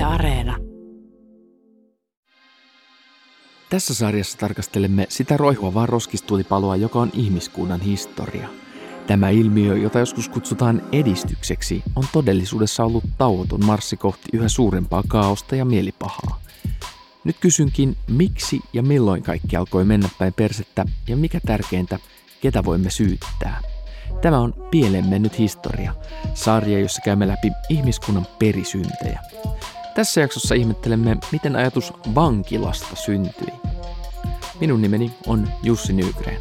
Areena. Tässä sarjassa tarkastelemme sitä roihuavaa roskistulipaloa, joka on ihmiskunnan historia. Tämä ilmiö, jota joskus kutsutaan edistykseksi, on todellisuudessa ollut tauoton marssi kohti yhä suurempaa kaaosta ja mielipahaa. Nyt kysynkin, miksi ja milloin kaikki alkoi mennä päin persettä ja mikä tärkeintä, ketä voimme syyttää. Tämä on Pieleen mennyt historia, sarja, jossa käymme läpi ihmiskunnan perisyntejä. Tässä jaksossa ihmettelemme, miten ajatus vankilasta syntyi. Minun nimeni on Jussi Nygren.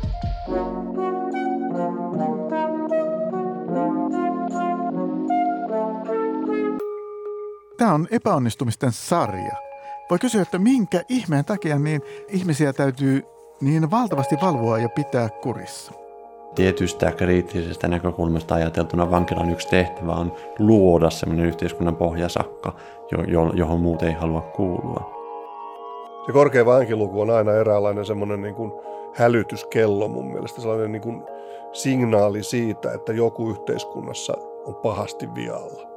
Tämä on epäonnistumisten sarja. Voi kysyä, että minkä ihmeen takia niin ihmisiä täytyy niin valtavasti valvoa ja pitää kurissa. Tietystä kriittisestä näkökulmasta ajateltuna vankilan yksi tehtävä on luoda sellainen yhteiskunnan pohjasakka, johon muut ei halua kuulua. Se korkea vankiluku on aina eräänlainen semmoinen niin kuin hälytyskello mun mielestä, sellainen niin kuin signaali siitä, että joku yhteiskunnassa on pahasti vialla.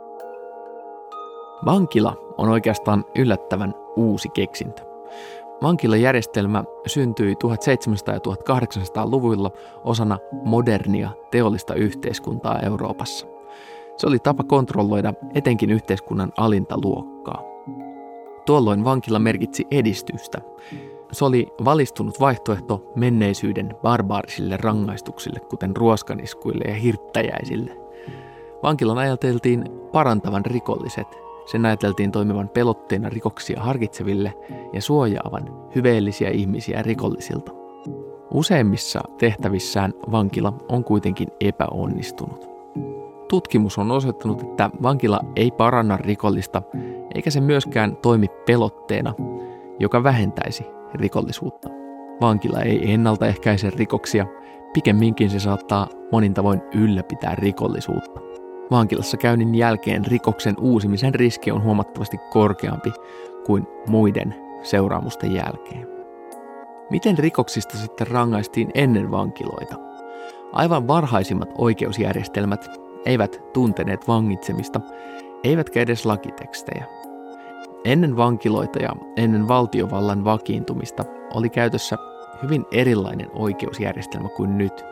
Vankila on oikeastaan yllättävän uusi keksintö. Vankilajärjestelmä syntyi 1700- ja 1800-luvuilla osana modernia teollista yhteiskuntaa Euroopassa. Se oli tapa kontrolloida etenkin yhteiskunnan alinta luokkaa. Tuolloin vankila merkitsi edistystä. Se oli valistunut vaihtoehto menneisyyden barbaarisille rangaistuksille, kuten ruoskaniskuille ja hirttäjäisille. Vankilan ajateltiin parantavan rikolliset. Sen ajateltiin toimivan pelotteena rikoksia harkitseville ja suojaavan hyveellisiä ihmisiä rikollisilta. Useimmissa tehtävissään vankila on kuitenkin epäonnistunut. Tutkimus on osoittanut, että vankila ei paranna rikollista, eikä se myöskään toimi pelotteena, joka vähentäisi rikollisuutta. Vankila ei ennaltaehkäise rikoksia, pikemminkin se saattaa monin tavoin ylläpitää rikollisuutta. Vankilassa käynnin jälkeen rikoksen uusimisen riski on huomattavasti korkeampi kuin muiden seuraamusten jälkeen. Miten rikoksista sitten rangaistiin ennen vankiloita? Aivan varhaisimmat oikeusjärjestelmät eivät tunteneet vangitsemista, eivätkä edes lakitekstejä. Ennen vankiloita ja ennen valtiovallan vakiintumista oli käytössä hyvin erilainen oikeusjärjestelmä kuin nyt.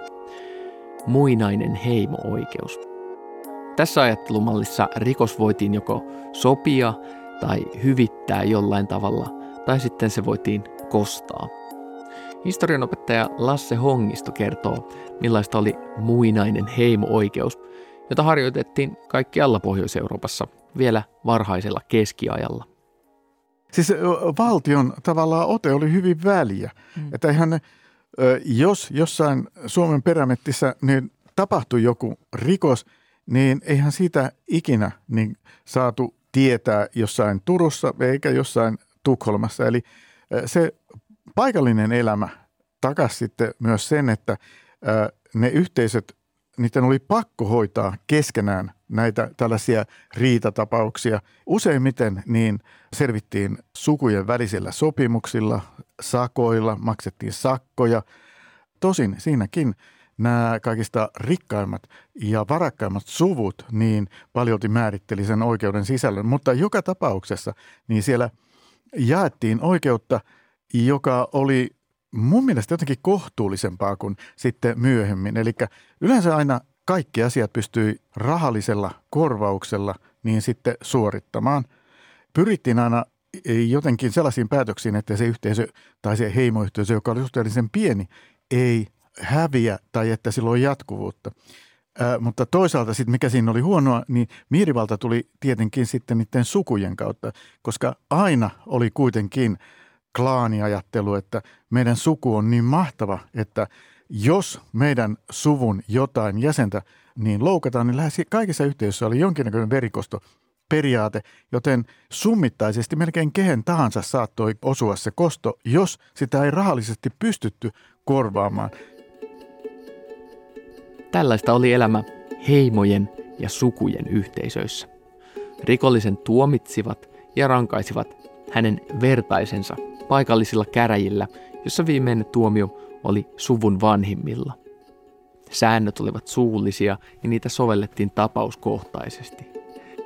Muinainen heimo-oikeus. Tässä ajattelumallissa rikos voitiin joko sopia tai hyvittää jollain tavalla, tai sitten se voitiin kostaa. Historianopettaja Lasse Hongisto kertoo, millaista oli muinainen heimo-oikeus, jota harjoitettiin kaikkialla Pohjois-Euroopassa vielä varhaisella keskiajalla. Siis valtion tavallaan ote oli hyvin väliä. Että ihan, jos jossain Suomen perämettissä niin tapahtui joku rikos, niin eihän siitä ikinä niin saatu tietää jossain Turussa eikä jossain Tukholmassa. Eli se paikallinen elämä takasi sitten myös sen, että ne yhteisöt, niiden oli pakko hoitaa keskenään näitä tällaisia riitatapauksia. Useimmiten niin selvittiin sukujen välisillä sopimuksilla, sakoilla, maksettiin sakkoja. Tosin siinäkin nämä kaikista rikkaimmat ja varakkaimmat suvut niin paljolti määritteli sen oikeuden sisällön, mutta joka tapauksessa niin siellä jaettiin oikeutta, joka oli mun mielestä jotenkin kohtuullisempaa kuin sitten myöhemmin. Eli yleensä aina kaikki asiat pystyi rahallisella korvauksella niin sitten suorittamaan. Pyrittiin aina jotenkin sellaisiin päätöksiin, että se yhteisö tai se heimoyhteisö, joka oli suhteellisen pieni, ei häviä tai että sillä on jatkuvuutta. Mutta toisaalta sitten mikä siinä oli huonoa, niin mielivalta tuli tietenkin sitten niiden sukujen kautta, koska aina oli kuitenkin klaaniajattelu, että meidän suku on niin mahtava, että jos meidän suvun jotain jäsentä niin loukataan, niin lähes kaikissa yhteisöissä oli jonkinnäköinen verikostoperiaate, joten summittaisesti melkein kehen tahansa saattoi osua se kosto, jos sitä ei rahallisesti pystytty korvaamaan. Tällaista oli elämä heimojen ja sukujen yhteisöissä. Rikollisen tuomitsivat ja rankaisivat hänen vertaisensa paikallisilla käräjillä, jossa viimeinen tuomio oli suvun vanhimmilla. Säännöt olivat suullisia ja niitä sovellettiin tapauskohtaisesti.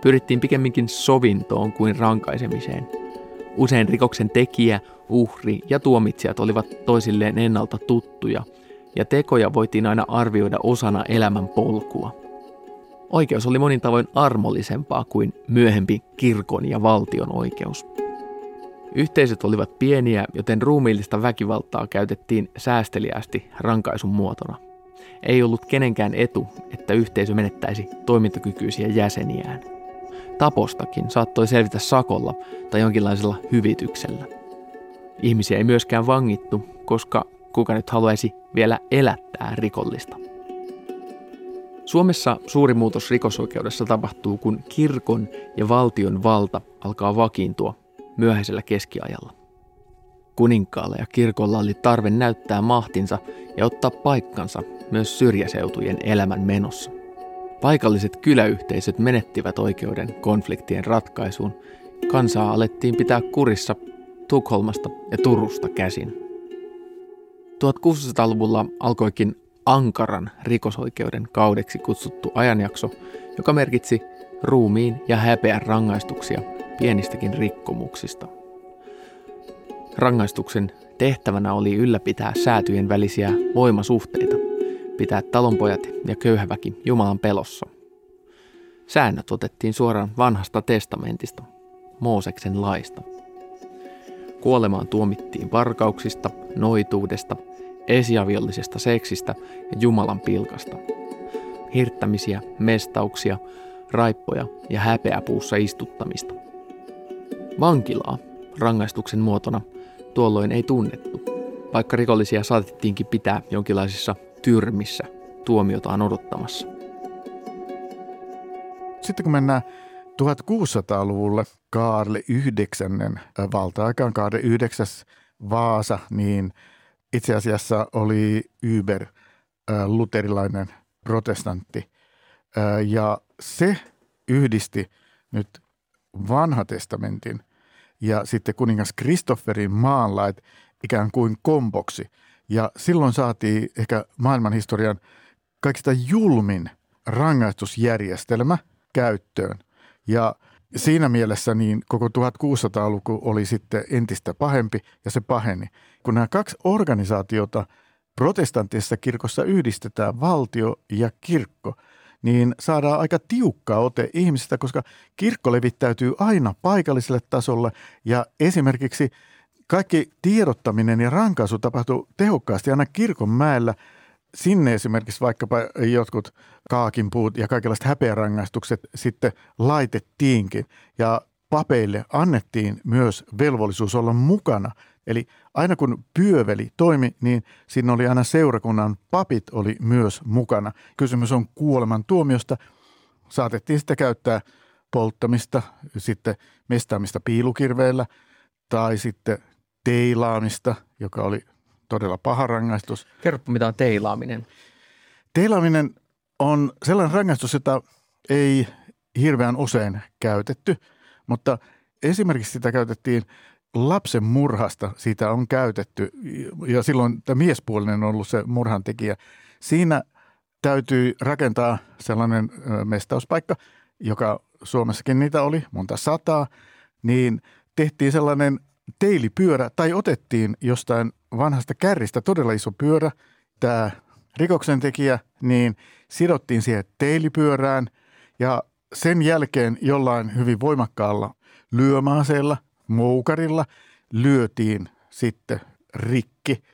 Pyrittiin pikemminkin sovintoon kuin rankaisemiseen. Usein rikoksen tekijä, uhri ja tuomitsijat olivat toisilleen ennalta tuttuja, ja tekoja voitiin aina arvioida osana elämän polkua. Oikeus oli monin tavoin armollisempaa kuin myöhempi kirkon ja valtion oikeus. Yhteisöt olivat pieniä, joten ruumiillista väkivaltaa käytettiin säästeliäästi rankaisun muotona. Ei ollut kenenkään etu, että yhteisö menettäisi toimintakykyisiä jäseniään. Tapostakin saattoi selvitä sakolla tai jonkinlaisella hyvityksellä. Ihmisiä ei myöskään vangittu, koska kuka nyt haluaisi vielä elättää rikollista. Suomessa suuri muutos rikosoikeudessa tapahtuu, kun kirkon ja valtion valta alkaa vakiintua myöhäisellä keskiajalla. Kuninkaalla ja kirkolla oli tarve näyttää mahtinsa ja ottaa paikkansa myös syrjäseutujen elämän menossa. Paikalliset kyläyhteisöt menettivät oikeuden konfliktien ratkaisuun. Kansaa alettiin pitää kurissa Tukholmasta ja Turusta käsin. 1600-luvulla alkoikin ankaran rikosoikeuden kaudeksi kutsuttu ajanjakso, joka merkitsi ruumiin ja häpeän rangaistuksia pienistäkin rikkomuksista. Rangaistuksen tehtävänä oli ylläpitää säätyjen välisiä voimasuhteita, pitää talonpojat ja köyhäväki Jumalan pelossa. Säännöt otettiin suoraan vanhasta testamentista, Mooseksen laista. Kuolemaan tuomittiin varkauksista, noituudesta, esiaviollisesta seksistä ja Jumalan pilkasta. Hirttämisiä, mestauksia, raippoja ja häpeäpuussa istuttamista. Vankilaa rangaistuksen muotona tuolloin ei tunnettu, vaikka rikollisia saatettiinkin pitää jonkinlaisissa tyrmissä tuomiotaan odottamassa. Sitten kun mennään 1600-luvulle, Kaarle IX valta-aikaan, Kaarle IX Vaasa, niin itse asiassa oli luterilainen protestantti. Ja se yhdisti nyt vanha testamentin ja sitten kuningas Kristofferin maanlait ikään kuin komboksi. Ja silloin saatiin ehkä maailmanhistorian kaikista julmin rangaistusjärjestelmä käyttöön. Ja siinä mielessä niin koko 1600-luku oli sitten entistä pahempi ja se paheni. Kun nämä kaksi organisaatiota protestanttisessa kirkossa yhdistetään, valtio ja kirkko, niin saadaan aika tiukka ote ihmisistä, koska kirkko levittäytyy aina paikalliselle tasolle ja esimerkiksi kaikki tiedottaminen ja rankaisu tapahtuu tehokkaasti aina kirkonmäellä. Sinne esimerkiksi vaikkapa jotkut kaakinpuut ja kaikenlaiset häpeärangaistukset sitten laitettiinkin ja papeille annettiin myös velvollisuus olla mukana. Eli aina kun pyöveli toimi, niin siinä oli aina seurakunnan papit oli myös mukana. Kysymys on kuoleman tuomiosta. Saatettiin sitten käyttää polttamista, sitten mestaamista piilukirveellä tai sitten teilaamista, joka oli todella paha rangaistus. Kerropa, mitä on teilaaminen. Teilaaminen on sellainen rangaistus, jota ei hirveän usein käytetty, mutta esimerkiksi sitä käytettiin lapsen murhasta. Siitä on käytetty ja silloin tämä miespuolinen on ollut se murhantekijä. Siinä täytyy rakentaa sellainen mestauspaikka, joka Suomessakin niitä oli, monta sataa, niin tehtiin sellainen teilipyörä tai otettiin jostain vanhasta kärristä todella iso pyörä. Tämä rikoksentekijä niin sidottiin siihen teilipyörään ja sen jälkeen jollain hyvin voimakkaalla lyömäaseella, moukarilla lyötiin sitten rikki.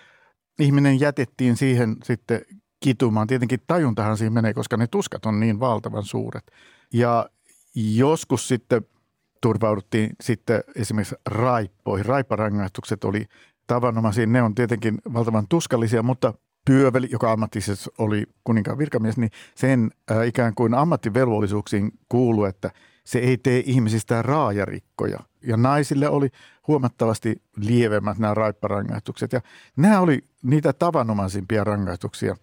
Ihminen jätettiin siihen sitten kitumaan. Tietenkin tajuntahan siinä menee, koska ne tuskat on niin valtavan suuret. Ja joskus sitten turvauduttiin sitten esimerkiksi raippoihin. Raipparangaistukset oli tavanomaisia. Ne on tietenkin valtavan tuskallisia, mutta pyöveli, joka ammatisesti oli kuninkaan virkamies, niin sen ikään kuin ammattivelvollisuuksiin kuului, että se ei tee ihmisistä raajarikkoja. Ja naisille oli huomattavasti lievemmät nämä raipparangaistukset. Ja nämä oli niitä tavanomaisimpia rangaistuksia.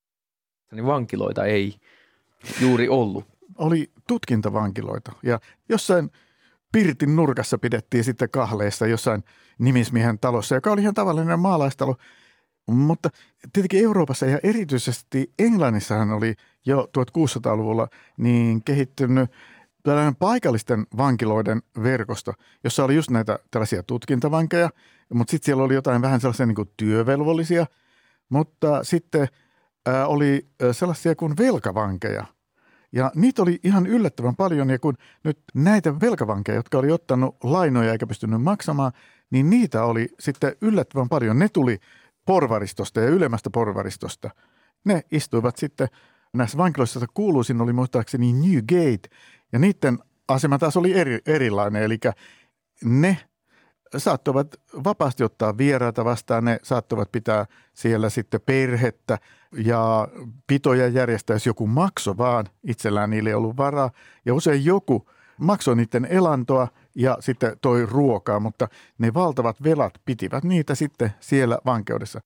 Niin vankiloita ei juuri ollut. Oli tutkintavankiloita ja jossain pirtin nurkassa pidettiin sitten kahleissa jossain nimismiehen talossa, joka oli ihan tavallinen maalaistalo. Mutta tietenkin Euroopassa ja erityisesti Englannissahan oli jo 1600-luvulla niin kehittynyt tällainen paikallisten vankiloiden verkosto, jossa oli just näitä tällaisia tutkintavankeja, mutta sitten siellä oli jotain vähän sellaisia niin kuin työvelvollisia, mutta sitten oli sellaisia kuin velkavankeja. Ja niitä oli ihan yllättävän paljon, ja kun nyt näitä velkavankeja, jotka oli ottanut lainoja eikä pystynyt maksamaan, niin niitä oli sitten yllättävän paljon. Ne tuli porvaristosta ja ylemmästä porvaristosta. Ne istuivat sitten näissä vankiloissa, joita kuuluisin, oli muistaakseni Newgate, ja niiden asema taas oli erilainen, eli ne saattoivat vapaasti ottaa vieraita vastaan, ne saattoivat pitää siellä sitten perhettä ja pitoja järjestää, jos joku maksoi vaan, itsellään niillä ei ollut varaa, ja usein joku maksoi niiden elantoa ja sitten toi ruokaa, mutta ne valtavat velat pitivät niitä sitten siellä vankeudessa.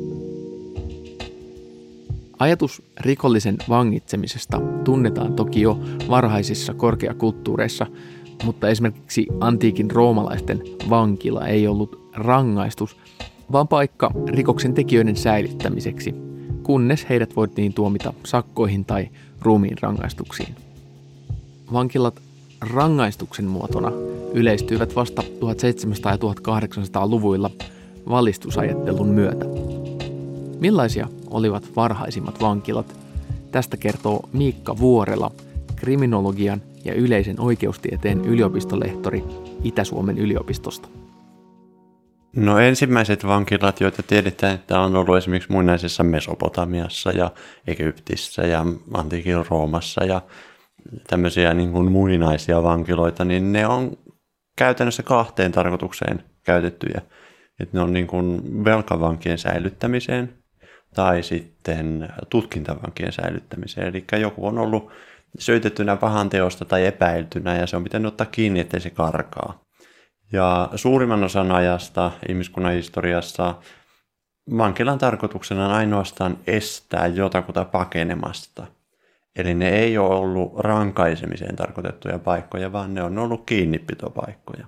Ajatus rikollisen vangitsemisesta tunnetaan toki jo varhaisissa korkeakulttuureissa, mutta esimerkiksi antiikin roomalaisten vankila ei ollut rangaistus, vaan paikka rikoksen tekijöiden säilyttämiseksi, kunnes heidät voitiin tuomita sakkoihin tai ruumiin rangaistuksiin. Vankilat rangaistuksen muotona yleistyivät vasta 1700- ja 1800-luvuilla valistusajattelun myötä. Millaisia olivat varhaisimmat vankilat? Tästä kertoo Miikka Vuorela, kriminologian ja yleisen oikeustieteen yliopistolehtori Itä-Suomen yliopistosta. No ensimmäiset vankilat, joita tiedetään, että on ollut esimerkiksi muinaisessa Mesopotamiassa ja Egyptissä ja antiikin Roomassa ja tämmöisiä niin kuin muinaisia vankiloita, niin ne on käytännössä kahteen tarkoitukseen käytettyjä. Että ne on niin kuin velkavankien säilyttämiseen tai sitten tutkintavankien säilyttämiseen. Eli joku on ollut syytettynä pahan teosta tai epäiltynä ja se on pitänyt ottaa kiinni, ettei se karkaa. Ja suurimman osan ajasta ihmiskunnan historiassa vankilan tarkoituksena on ainoastaan estää jotakuta pakenemasta. Eli ne ei ole ollut rankaisemiseen tarkoitettuja paikkoja, vaan ne on ollut kiinnipitopaikkoja.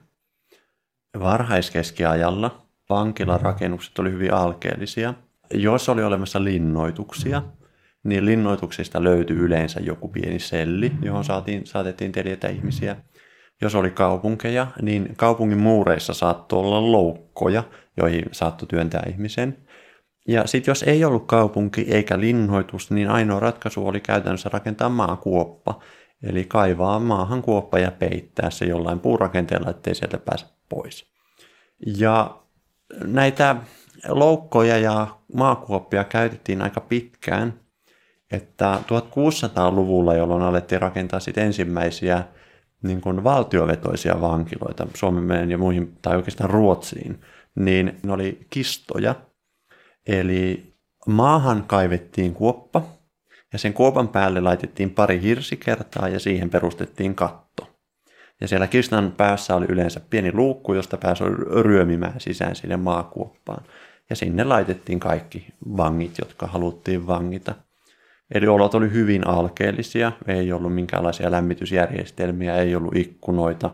Varhaiskeskiajalla vankilarakennukset oli hyvin alkeellisia. Jos oli olemassa linnoituksia, niin linnoituksista löytyi yleensä joku pieni selli, johon saatettiin teljetä ihmisiä. Jos oli kaupunkeja, niin kaupungin muureissa saattoi olla loukkoja, joihin saattoi työntää ihmisen. Ja sitten jos ei ollut kaupunki eikä linnoitus, niin ainoa ratkaisu oli käytännössä rakentaa maakuoppa. Eli kaivaa maahan kuoppa ja peittää se jollain puurakenteella, ettei sieltä pääse pois. Ja näitä loukkoja ja maakuoppia käytettiin aika pitkään, että 1600-luvulla, jolloin alettiin rakentaa sitten ensimmäisiä niin kuin valtiovetoisia vankiloita Suomeen ja muihin, tai oikeastaan Ruotsiin, niin ne oli kistoja. Eli maahan kaivettiin kuoppa ja sen kuopan päälle laitettiin pari hirsikertaa ja siihen perustettiin katto. Ja siellä kistan päässä oli yleensä pieni luukku, josta pääsi ryömimään sisään sinne maakuoppaan. Ja sinne laitettiin kaikki vangit, jotka haluttiin vangita. Eli olot oli hyvin alkeellisia, ei ollut minkäänlaisia lämmitysjärjestelmiä, ei ollut ikkunoita.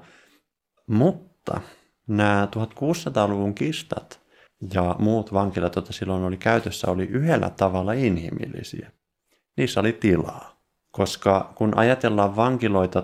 Mutta nämä 1600-luvun kistat ja muut vankilat, joita silloin oli käytössä, oli yhdellä tavalla inhimillisiä. Niissä oli tilaa. Koska kun ajatellaan vankiloita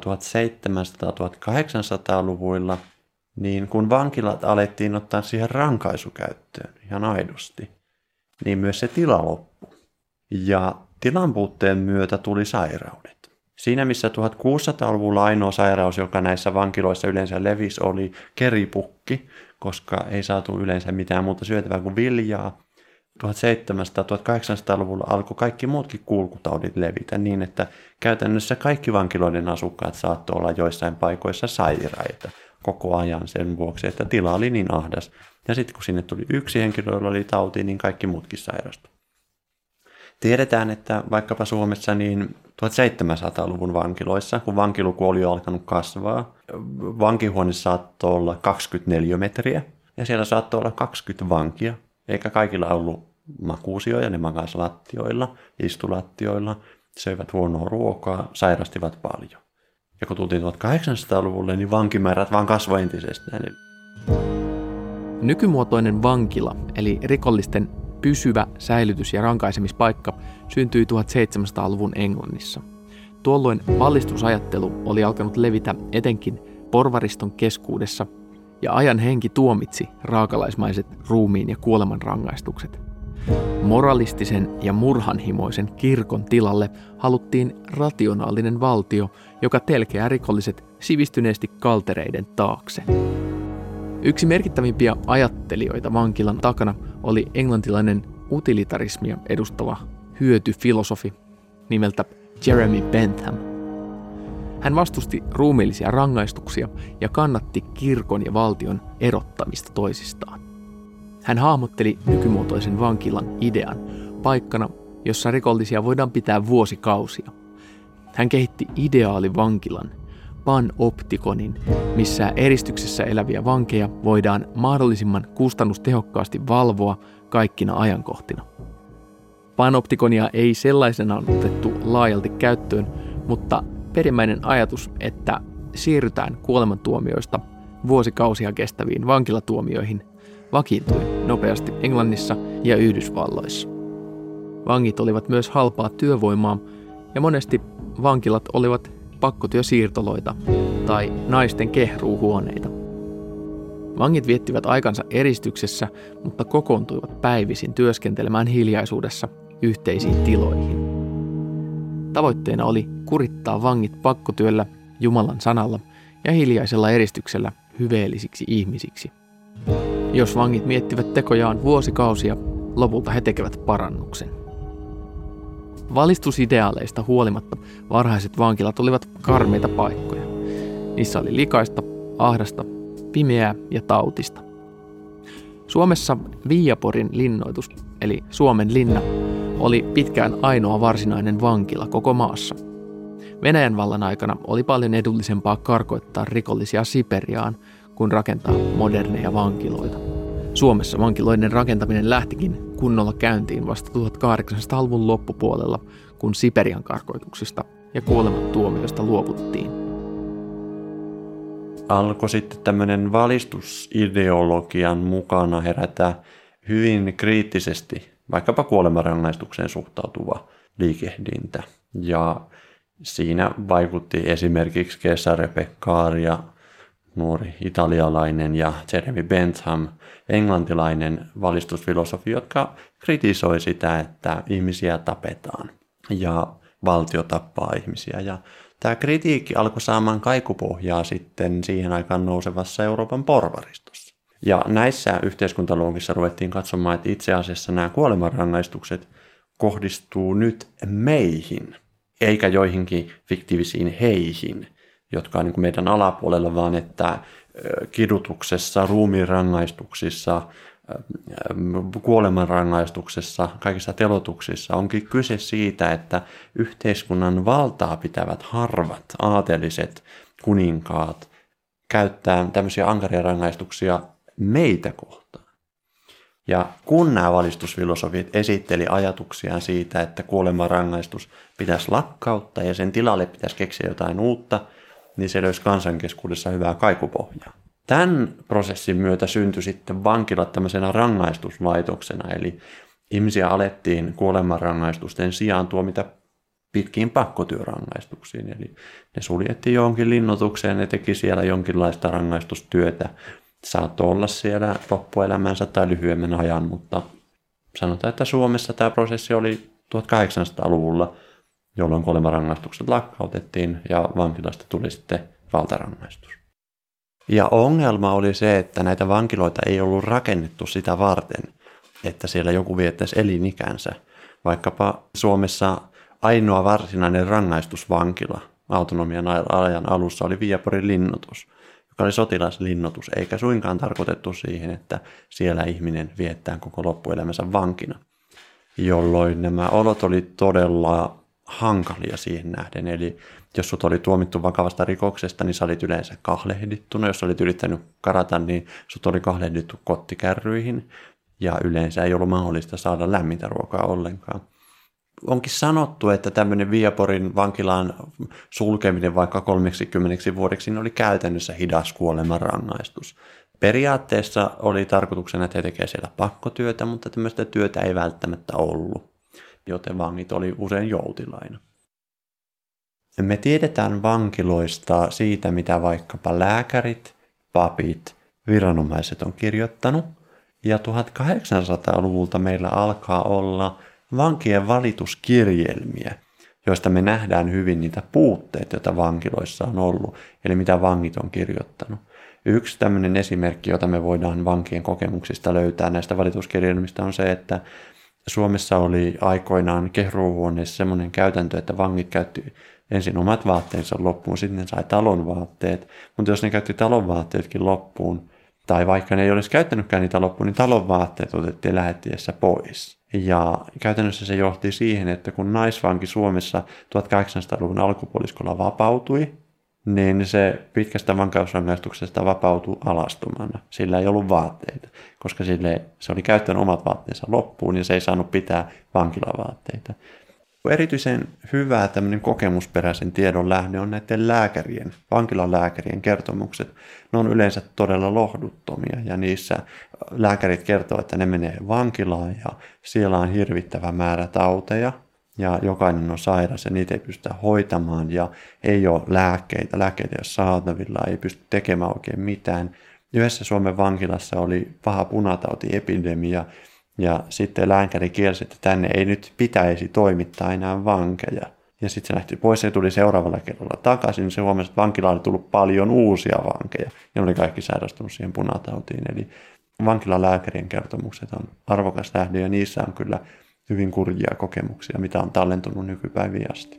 1700-1800-luvuilla, niin kun vankilat alettiin ottaa siihen rankaisukäyttöön ihan aidosti, niin myös se tila loppui. Ja tilan puutteen myötä tuli sairaudet. Siinä missä 1600-luvulla ainoa sairaus, joka näissä vankiloissa yleensä levisi, oli keripukki, koska ei saatu yleensä mitään muuta syötävää kuin viljaa. 1700-1800-luvulla alkoi kaikki muutkin kulkutaudit levitä niin, että käytännössä kaikki vankiloiden asukkaat saattoi olla joissain paikoissa sairaita koko ajan sen vuoksi, että tila oli niin ahdas. Ja sitten kun sinne tuli yksi henkilö, jolla oli tauti, niin kaikki muutkin sairastuivat. Tiedetään, että vaikkapa Suomessa niin 1700-luvun vankiloissa, kun vankiluku oli jo alkanut kasvaa, vankihuone saattoi olla 24 metriä ja siellä saattoi olla 20 vankia, eikä kaikilla ollut makuusioja, ne makasivat lattioilla, istulattioilla, söivät huonoa ruokaa, sairastivat paljon. Ja kun tultiin 1800-luvulle, niin vankimäärät vaan kasvoi entisestään. Nykymuotoinen vankila, eli rikollisten pysyvä säilytys- ja rankaisemispaikka, syntyi 1700-luvun Englannissa. Tuolloin vallistusajattelu oli alkanut levitä etenkin porvariston keskuudessa, ja ajan henki tuomitsi raakalaismaiset ruumiin ja kuoleman rangaistukset. Moralistisen ja murhanhimoisen kirkon tilalle haluttiin rationaalinen valtio, joka telkeää rikolliset sivistyneesti kaltereiden taakse. Yksi merkittävimpiä ajattelijoita vankilan takana oli englantilainen utilitarismia edustava hyötyfilosofi nimeltä Jeremy Bentham. Hän vastusti ruumiillisia rangaistuksia ja kannatti kirkon ja valtion erottamista toisistaan. Hän hahmotteli nykymuotoisen vankilan idean paikkana, jossa rikollisia voidaan pitää vuosikausia. Hän kehitti ideaalivankilan, panoptikonin, missä eristyksessä eläviä vankeja voidaan mahdollisimman kustannustehokkaasti valvoa kaikkina ajankohtina. Panoptikonia ei sellaisenaan otettu laajalti käyttöön, mutta perimmäinen ajatus, että siirrytään kuolemantuomioista vuosikausia kestäviin vankilatuomioihin, vakiintui nopeasti Englannissa ja Yhdysvalloissa. Vangit olivat myös halpaa työvoimaa ja monesti vankilat olivat pakkotyösiirtoloita tai naisten kehruuhuoneita. Vangit viettivät aikansa eristyksessä, mutta kokoontuivat päivisin työskentelemään hiljaisuudessa yhteisiin tiloihin. Tavoitteena oli kurittaa vangit pakkotyöllä, Jumalan sanalla ja hiljaisella eristyksellä hyveellisiksi ihmisiksi. Jos vangit miettivät tekojaan vuosikausia, lopulta he tekevät parannuksen. Valistusideaaleista huolimatta varhaiset vankilat olivat karmeita paikkoja. Niissä oli likaista, ahdasta, pimeää ja tautista. Suomessa Viiaporin linnoitus, eli Suomen linna, oli pitkään ainoa varsinainen vankila koko maassa. Venäjän vallan aikana oli paljon edullisempaa karkoittaa rikollisia Siperiaan kuin rakentaa moderneja vankiloita. Suomessa vankiloiden rakentaminen lähtikin kunnolla käyntiin vasta 1800-luvun loppupuolella, kun Siperian karkoituksista ja kuolemantuomioista luovuttiin. Alkoi sitten tämmöinen valistusideologian mukana herätä hyvin kriittisesti vaikkapa kuolemanrangaistukseen suhtautuva liikehdintä. Ja siinä vaikutti esimerkiksi Cesare Beccaria, nuori italialainen, ja Jeremy Bentham, englantilainen valistusfilosofi, jotka kritisoi sitä, että ihmisiä tapetaan ja valtio tappaa ihmisiä. Ja tämä kritiikki alkoi saamaan kaikupohjaa sitten siihen aikaan nousevassa Euroopan porvaristossa. Ja näissä yhteiskuntaluokissa ruvettiin katsomaan, että itse asiassa nämä kuolemanrangaistukset kohdistuu nyt meihin, eikä joihinkin fiktiivisiin heihin, jotka on niin kuin meidän alapuolella, vaan että kidutuksessa, ruumiinrangaistuksissa, kuolemanrangaistuksessa, kaikissa telotuksissa onkin kyse siitä, että yhteiskunnan valtaa pitävät harvat, aateliset, kuninkaat käyttää tämmöisiä ankaria rangaistuksia meitä kohtaan. Ja kun nämä valistusfilosofit esitteli ajatuksiaan siitä, että kuolemanrangaistus pitäisi lakkauttaa ja sen tilalle pitäisi keksiä jotain uutta, niin se löysi kansankeskuudessa hyvää kaikupohjaa. Tämän prosessin myötä syntyi sitten vankilat tämmöisenä rangaistuslaitoksena, eli ihmisiä alettiin kuolemanrangaistusten sijaan tuomita pitkiin pakkotyörangaistuksiin. Eli ne suljettiin johonkin linnoitukseen, ne teki siellä jonkinlaista rangaistustyötä. Saattoi olla siellä loppuelämänsä tai lyhyemmän ajan, mutta sanotaan, että Suomessa tämä prosessi oli 1800-luvulla, jolloin kuolemanrangaistukset lakkautettiin ja vankilasta tuli sitten valtarangaistus. Ja ongelma oli se, että näitä vankiloita ei ollut rakennettu sitä varten, että siellä joku viettäisi elinikänsä. Vaikkapa Suomessa ainoa varsinainen rangaistusvankila autonomian ajan alussa oli Viiaporin linnoitus, joka oli sotilaslinnoitus, eikä suinkaan tarkoitettu siihen, että siellä ihminen viettää koko loppuelämänsä vankina, jolloin nämä olot oli todella hankalia siihen nähden. Eli jos sut oli tuomittu vakavasta rikoksesta, niin sä olit yleensä kahlehdittuna. Jos olit yrittänyt karata, niin sut oli kahlehdittu kottikärryihin ja yleensä ei ollut mahdollista saada lämmintä ruokaa ollenkaan. Onkin sanottu, että tämmöinen Viiaporin vankilaan sulkeminen vaikka 30 vuodeksi oli käytännössä hidas kuolemanrangaistus. Periaatteessa oli tarkoituksena, että he tekevät siellä pakkotyötä, mutta tämmöistä työtä ei välttämättä ollut, joten vangit oli usein joutilaina. Me tiedetään vankiloista siitä, mitä vaikkapa lääkärit, papit, viranomaiset on kirjoittanut. Ja 1800-luvulta meillä alkaa olla vankien valituskirjelmiä, joista me nähdään hyvin niitä puutteita, joita vankiloissa on ollut, eli mitä vangit on kirjoittanut. Yksi tämmöinen esimerkki, jota me voidaan vankien kokemuksista löytää näistä valituskirjelmistä, on se, että Suomessa oli aikoinaan kehruuhuoneessa semmoinen käytäntö, että vangit käytti ensin omat vaatteensa loppuun, sitten ne sai talon vaatteet, mutta jos ne käytti talon vaatteetkin loppuun, tai vaikka ne ei olisi käyttänytkään niitä loppuun, niin talon vaatteet otettiin lähettiessä pois. Ja käytännössä se johti siihen, että kun naisvanki Suomessa 1800-luvun alkupuoliskolla vapautui, niin se pitkästä vankeusrangaistuksesta vapautui alastomana. Sillä ei ollut vaatteita, koska se oli käyttänyt omat vaatteensa loppuun ja se ei saanut pitää vankilavaatteita. Erityisen hyvä tämmöinen kokemusperäisen tiedon lähde on näiden vankilan lääkärien kertomukset. Ne on yleensä todella lohduttomia ja niissä lääkärit kertoo, että ne menee vankilaan ja siellä on hirvittävä määrä tauteja ja jokainen on sairas ja niitä ei pystytä hoitamaan ja ei ole lääkkeitä ei ole saatavilla, ei pysty tekemään oikein mitään. Yhdessä Suomen vankilassa oli paha punatautiepidemia. Ja sitten lääkäri kielsi, että tänne ei nyt pitäisi toimittaa enää vankeja. Ja sitten se lähti pois ja tuli seuraavalla kerralla takaisin. Se huomasi, että vankilaan oli tullut paljon uusia vankeja. Ja ne oli kaikki sairastunut siihen punatautiin. Eli vankilan lääkärien kertomukset on arvokas lähde ja niissä on kyllä hyvin kurjia kokemuksia, mitä on tallentunut nykypäiviin asti.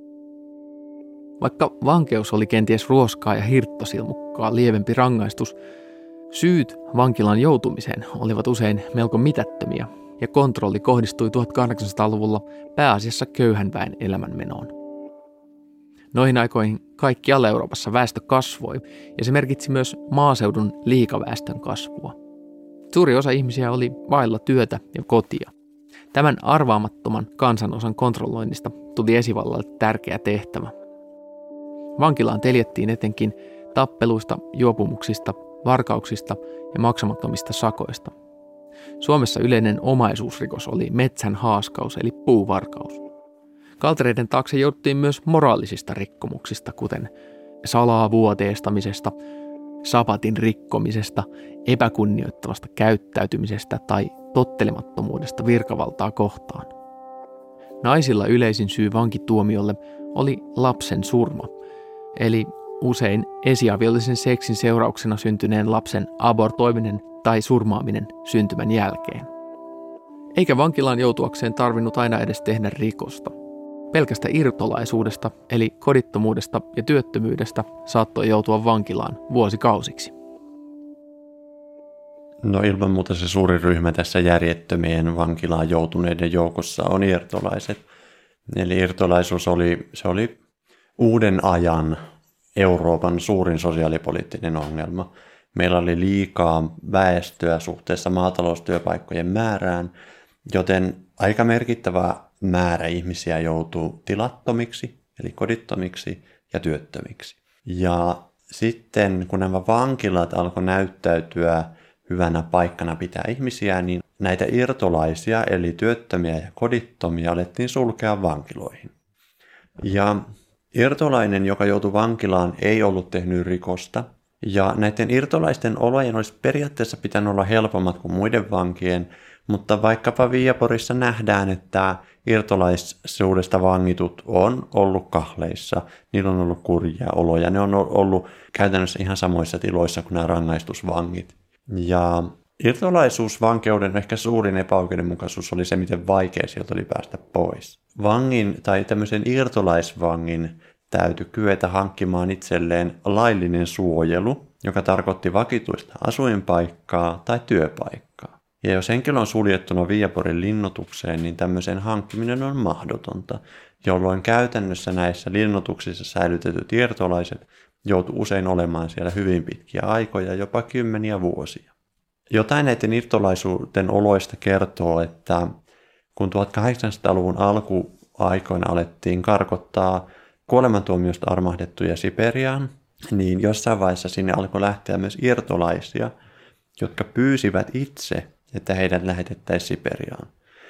Vaikka vankeus oli kenties ruoskaa ja hirttosilmukkaa lievempi rangaistus, syyt vankilaan joutumiseen olivat usein melko mitättömiä ja kontrolli kohdistui 1800-luvulla pääasiassa köyhän väen elämänmenoon. Noihin aikoihin kaikkialla Euroopassa väestö kasvoi ja se merkitsi myös maaseudun liikaväestön kasvua. Suuri osa ihmisiä oli vailla työtä ja kotia. Tämän arvaamattoman kansanosan kontrolloinnista tuli esivallalle tärkeä tehtävä. Vankilaan teljettiin etenkin tappeluista, juopumuksista, varkauksista ja maksamattomista sakoista. Suomessa yleinen omaisuusrikos oli metsän haaskaus eli puuvarkaus. Kaltereiden taakse jouduttiin myös moraalisista rikkomuksista, kuten salavuoteestamisesta, sapatin rikkomisesta, epäkunnioittavasta käyttäytymisestä tai tottelemattomuudesta virkavaltaa kohtaan. Naisilla yleisin syy vankituomiolle oli lapsen surma, eli usein esiaviollisen seksin seurauksena syntyneen lapsen abortoiminen tai surmaaminen syntymän jälkeen. Eikä vankilaan joutuakseen tarvinnut aina edes tehdä rikosta. Pelkästä irtolaisuudesta, eli kodittomuudesta ja työttömyydestä saattoi joutua vankilaan vuosikausiksi. No ilman muuta se suuri ryhmä tässä järjettömien vankilaan joutuneiden joukossa on irtolaiset. Eli irtolaisuus oli uuden ajan Euroopan suurin sosiaalipoliittinen ongelma. Meillä oli liikaa väestöä suhteessa maataloustyöpaikkojen määrään, joten aika merkittävä määrä ihmisiä joutuu tilattomiksi, eli kodittomiksi ja työttömiksi. Ja sitten kun nämä vankilat alkoi näyttäytyä hyvänä paikkana pitää ihmisiä, niin näitä irtolaisia, eli työttömiä ja kodittomia, alettiin sulkea vankiloihin. Ja irtolainen, joka joutui vankilaan, ei ollut tehnyt rikosta. Ja näiden irtolaisten olojen olisi periaatteessa pitänyt olla helpommat kuin muiden vankien, mutta vaikkapa Viiaporissa nähdään, että irtolaisuudesta vangitut on ollut kahleissa, niillä on ollut kurjia oloja, ne on ollut käytännössä ihan samoissa tiloissa kuin nämä rangaistusvangit. Ja irtolaisuusvankeuden ehkä suurin epäoikeudenmukaisuus oli se, miten vaikea sieltä oli päästä pois. Vangin tai tämmöisen irtolaisvangin täytyi kyetä hankkimaan itselleen laillinen suojelu, joka tarkoitti vakituista asuinpaikkaa tai työpaikkaa. Ja jos henkilö on suljettuna Viiaporin linnoitukseen, niin tämmöisen hankkiminen on mahdotonta, jolloin käytännössä näissä linnoituksissa säilytetyt irtolaiset joutuu usein olemaan siellä hyvin pitkiä aikoja, jopa kymmeniä vuosia. Jotain näiden irtolaisuuden oloista kertoo, että kun 1800-luvun alkuaikoina alettiin karkottaa kuolemantuomiosta armahdettuja Siperiaan, niin jossain vaiheessa sinne alkoi lähteä myös irtolaisia, jotka pyysivät itse, että heidät lähetettäisiin Siperiaan.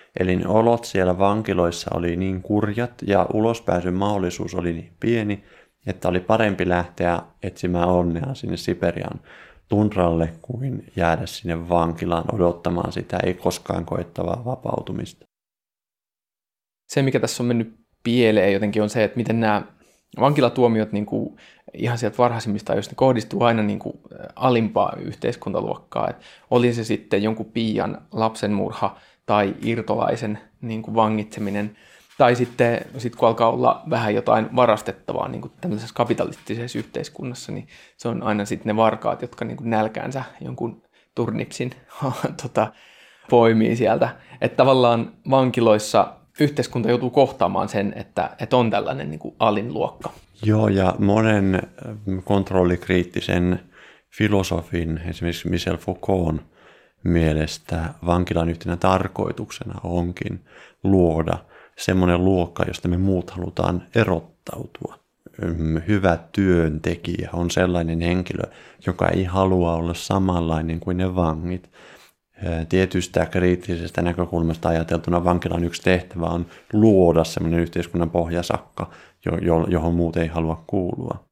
Eli ne olot siellä vankiloissa oli niin kurjat ja ulospääsyn mahdollisuus oli niin pieni, että oli parempi lähteä etsimään onnea sinne Siperian tundralle kuin jäädä sinne vankilaan odottamaan sitä ei koskaan koettavaa vapautumista. Se, mikä tässä on mennyt pieleen jotenkin, on se, että miten nämä vankilatuomiot niin kuin ihan sieltä varhaisimmista, jos ne kohdistuu aina niin kuin alimpaa yhteiskuntaluokkaa. Että oli se sitten jonkun piian lapsenmurha tai irtolaisen niin kuin vangitseminen, tai sitten kun alkaa olla vähän jotain varastettavaa niin kuin tämmöisessä kapitalistisessa yhteiskunnassa, niin se on aina sitten ne varkaat, jotka niin kuin nälkäänsä jonkun turnipsin poimii sieltä. Että tavallaan vankiloissa yhteiskunta joutuu kohtaamaan sen, että on tällainen niin kuin alinluokka. Joo, ja monen kontrollikriittisen filosofin, esimerkiksi Michel Foucaultin mielestä vankilan yhtenä tarkoituksena onkin luoda semmoinen luokka, josta me muut halutaan erottautua. Hyvä työntekijä on sellainen henkilö, joka ei halua olla samanlainen kuin ne vangit. Tietystä kriittisestä näkökulmasta ajateltuna vankilan yksi tehtävä on luoda semmoinen yhteiskunnan pohjasakka, johon muut ei halua kuulua.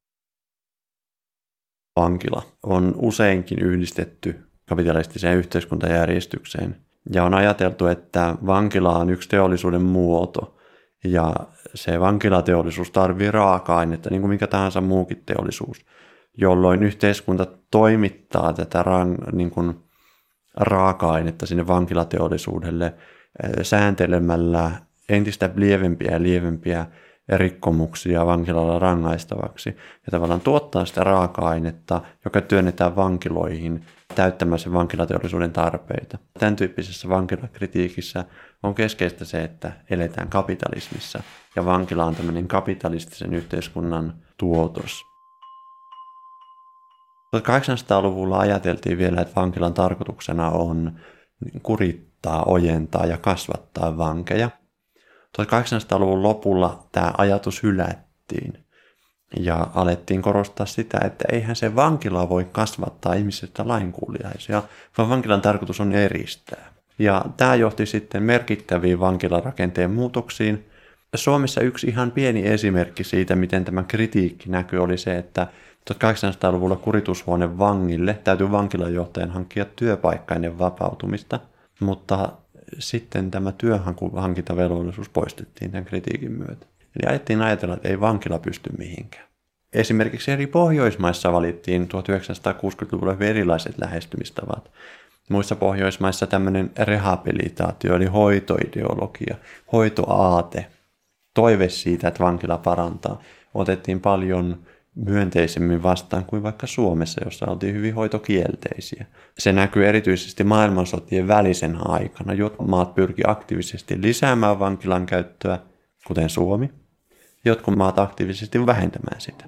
Vankila on useinkin yhdistetty kapitalistiseen yhteiskuntajärjestykseen ja on ajateltu, että vankila on yksi teollisuuden muoto ja se vankilateollisuus tarvitsee raaka-ainetta niin kuin mikä tahansa muukin teollisuus, jolloin yhteiskunta toimittaa tätä raaka-ainetta sinne vankilateollisuudelle sääntelemällä entistä lievempiä ja lievempiä rikkomuksia vankilalla rangaistavaksi ja tavallaan tuottaa sitä raaka-ainetta, joka työnnetään vankiloihin täyttämään sen vankilateollisuuden tarpeita. Tämän tyyppisessä vankilakritiikissä on keskeistä se, että eletään kapitalismissa ja vankila on tämmöinen kapitalistisen yhteiskunnan tuotos. 1800-luvulla ajateltiin vielä, että vankilan tarkoituksena on kurittaa, ojentaa ja kasvattaa vankeja. 1800-luvun lopulla tämä ajatus hylättiin ja alettiin korostaa sitä, että eihän se vankila voi kasvattaa ihmisistä lainkuuliaisia, vaan vankilan tarkoitus on eristää. Ja tämä johti sitten merkittäviin vankilarakenteen muutoksiin. Suomessa yksi ihan pieni esimerkki siitä, miten tämä kritiikki näkyy, oli se, että 1800-luvulla kuritushuoneen vangille täytyy vankilanjohtajan hankkia työpaikka ennen vapautumista, mutta sitten tämä työhankintavelvollisuus poistettiin tämän kritiikin myötä. Eli ajettiin ajatella, että ei vankila pysty mihinkään. Esimerkiksi eri Pohjoismaissa valittiin 1960-luvulla erilaiset lähestymistavat. Muissa Pohjoismaissa tämmöinen rehabilitaatio, eli hoitoideologia, hoitoaate, toive siitä, että vankila parantaa, otettiin paljon myönteisemmin vastaan kuin vaikka Suomessa, jossa oltiin hyvin hoitokielteisiä. Se näkyy erityisesti maailmansotien välisen aikana. Jotkut maat pyrki aktiivisesti lisäämään vankilan käyttöä, kuten Suomi. Jotkut maat aktiivisesti vähentämään sitä.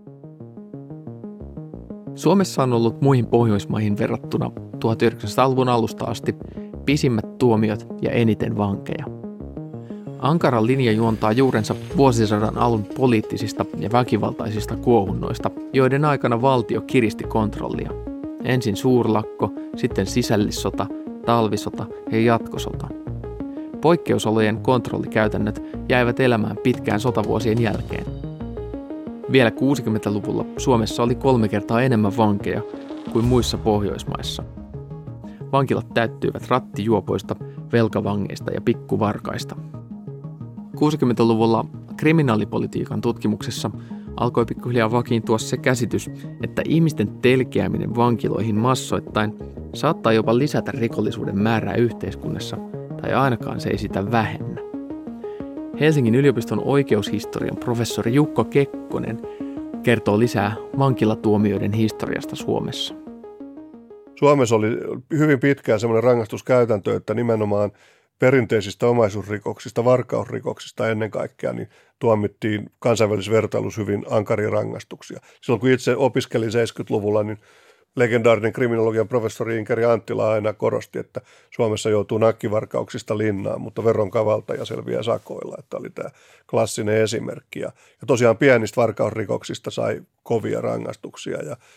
Suomessa on ollut muihin Pohjoismaihin verrattuna 1900-luvun alusta asti pisimmät tuomiot ja eniten vankeja. Ankaran linja juontaa juurensa vuosisadan alun poliittisista ja väkivaltaisista kuohunnoista, joiden aikana valtio kiristi kontrollia. Ensin suurlakko, sitten sisällissota, talvisota ja jatkosota. Poikkeusolojen kontrollikäytännöt jäivät elämään pitkään sotavuosien jälkeen. Vielä 60-luvulla Suomessa oli 3 kertaa enemmän vankeja kuin muissa Pohjoismaissa. Vankilat täyttyivät rattijuopoista, velkavangeista ja pikkuvarkaista. 60-luvulla kriminaalipolitiikan tutkimuksessa alkoi pikkuhiljaa vakiintua se käsitys, että ihmisten telkeäminen vankiloihin massoittain saattaa jopa lisätä rikollisuuden määrää yhteiskunnassa, tai ainakaan se ei sitä vähennä. Helsingin yliopiston oikeushistorian professori Jukka Kekkonen kertoo lisää vankilatuomioiden historiasta Suomessa. Suomessa oli hyvin pitkään sellainen rangaistuskäytäntö, että nimenomaan perinteisistä omaisuusrikoksista, varkausrikoksista ennen kaikkea, niin tuomittiin kansainvälisessä vertailussa hyvin ankaria rangaistuksia. Silloin kun itse opiskelin 70-luvulla, niin legendaarinen kriminologian professori Inkeri Anttila aina korosti, että Suomessa joutuu nakkivarkauksista linnaan, mutta veronkavaltaja selviää sakoilla, että oli tämä klassinen esimerkki. Ja tosiaan pienistä varkausrikoksista sai kovia rangaistuksia ja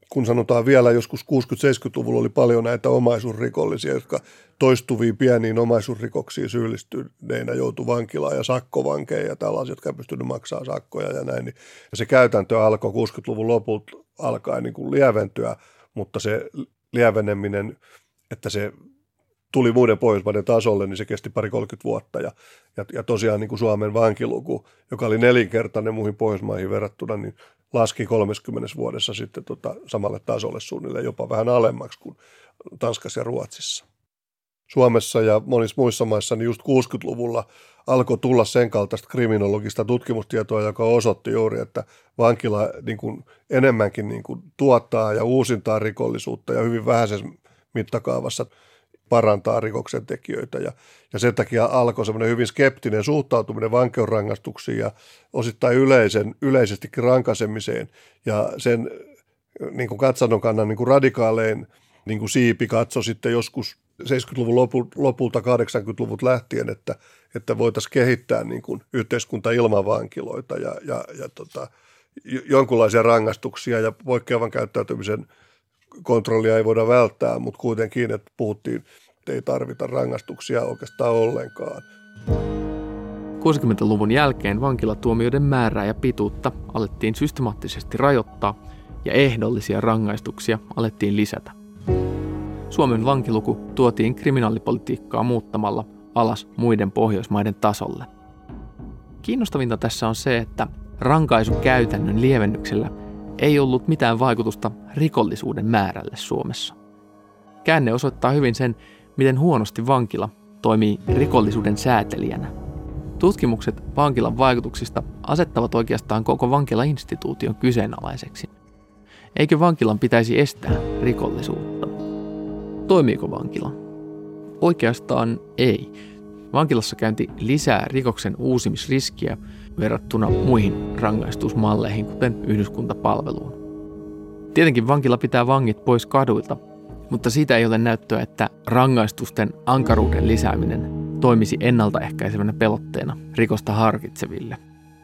kun sanotaan vielä joskus 60-70-luvulla oli paljon näitä omaisuusrikollisia, jotka toistuviin pieniin omaisuusrikoksiin syyllistyneinä joutui vankilaan ja sakkovankeja ja tällaisia, jotka ei pystynyt maksamaan sakkoja ja näin. Ja se käytäntö alkoi 60-luvun lopulta alkaen niin kuin lieventyä, mutta se lieveneminen, että se tuli muiden Pohjoismaiden tasolle, niin se kesti 30 vuotta. Ja tosiaan niin kuin Suomen vankiluku, joka oli 4-kertainen muihin Pohjoismaihin verrattuna, niin laski 30 vuodessa sitten samalle tasolle suunnilleen, jopa vähän alemmaksi kuin Tanskassa ja Ruotsissa. Suomessa ja monissa muissa maissa niin just 60-luvulla alkoi tulla sen kaltaista kriminologista tutkimustietoa, joka osoitti juuri, että vankila niin kuin enemmänkin niin kuin tuottaa ja uusintaa rikollisuutta ja hyvin vähäisessä mittakaavassa parantaa rikoksen tekijöitä. Ja sen takia alkoi semmoinen hyvin skeptinen suhtautuminen vankeusrangaistuksiin ja osittain yleisestikin rankaisemiseen ja sen niin kuin katsannon kannan niin kuin radikaalein niin kuin siipi katsoi sitten joskus 70-luvun lopulta 80-luvut lähtien, että voitaisiin kehittää niin kuin yhteiskunta ilman vankiloita ja jonkunlaisia rangaistuksia ja poikkeavan käyttäytymisen kontrollia ei voida välttää, mutta kuitenkin, että puhuttiin, että ei tarvita rangaistuksia oikeastaan ollenkaan. 60-luvun jälkeen vankilatuomioiden määrää ja pituutta alettiin systemaattisesti rajoittaa ja ehdollisia rangaistuksia alettiin lisätä. Suomen vankiluku tuotiin kriminaalipolitiikkaa muuttamalla alas muiden Pohjoismaiden tasolle. Kiinnostavinta tässä on se, että rankaisukäytännön lievennyksellä ei ollut mitään vaikutusta rikollisuuden määrälle Suomessa. Käänne osoittaa hyvin sen, miten huonosti vankila toimii rikollisuuden säätelijänä. Tutkimukset vankilan vaikutuksista asettavat oikeastaan koko vankilainstituution kyseenalaiseksi. Eikö vankilan pitäisi estää rikollisuutta? Toimiiko vankila? Oikeastaan ei. Vankilassa käynti lisää rikoksen uusimisriskiä verrattuna muihin rangaistusmalleihin, kuten yhdyskuntapalveluun. Tietenkin vankila pitää vangit pois kaduilta, mutta siitä ei ole näyttöä, että rangaistusten ankaruuden lisääminen toimisi ennaltaehkäisevänä pelotteena rikosta harkitseville.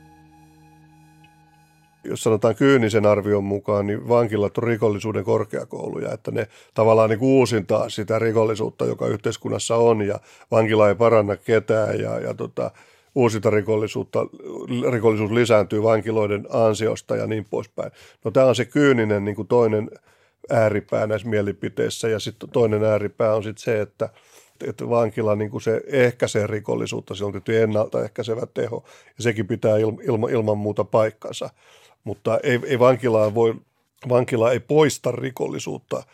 Jos sanotaan kyynisen arvion mukaan, niin vankilat on rikollisuuden korkeakouluja, että ne tavallaan niin uusintaa sitä rikollisuutta, joka yhteiskunnassa on, ja vankila ei paranna ketään, ja uusinta rikollisuus lisääntyy vankiloiden ansiosta ja niin poispäin. No tämä on se kyyninen niin kuin toinen ääripää näissä mielipiteissä, ja sitten toinen ääripää on sitten se, että vankila niin kuin se ehkäisee rikollisuutta, se on tietysti ennaltaehkäisevä teho, ja sekin pitää ilman muuta paikkansa. Mutta ei vankila ei poista rikollisuutta,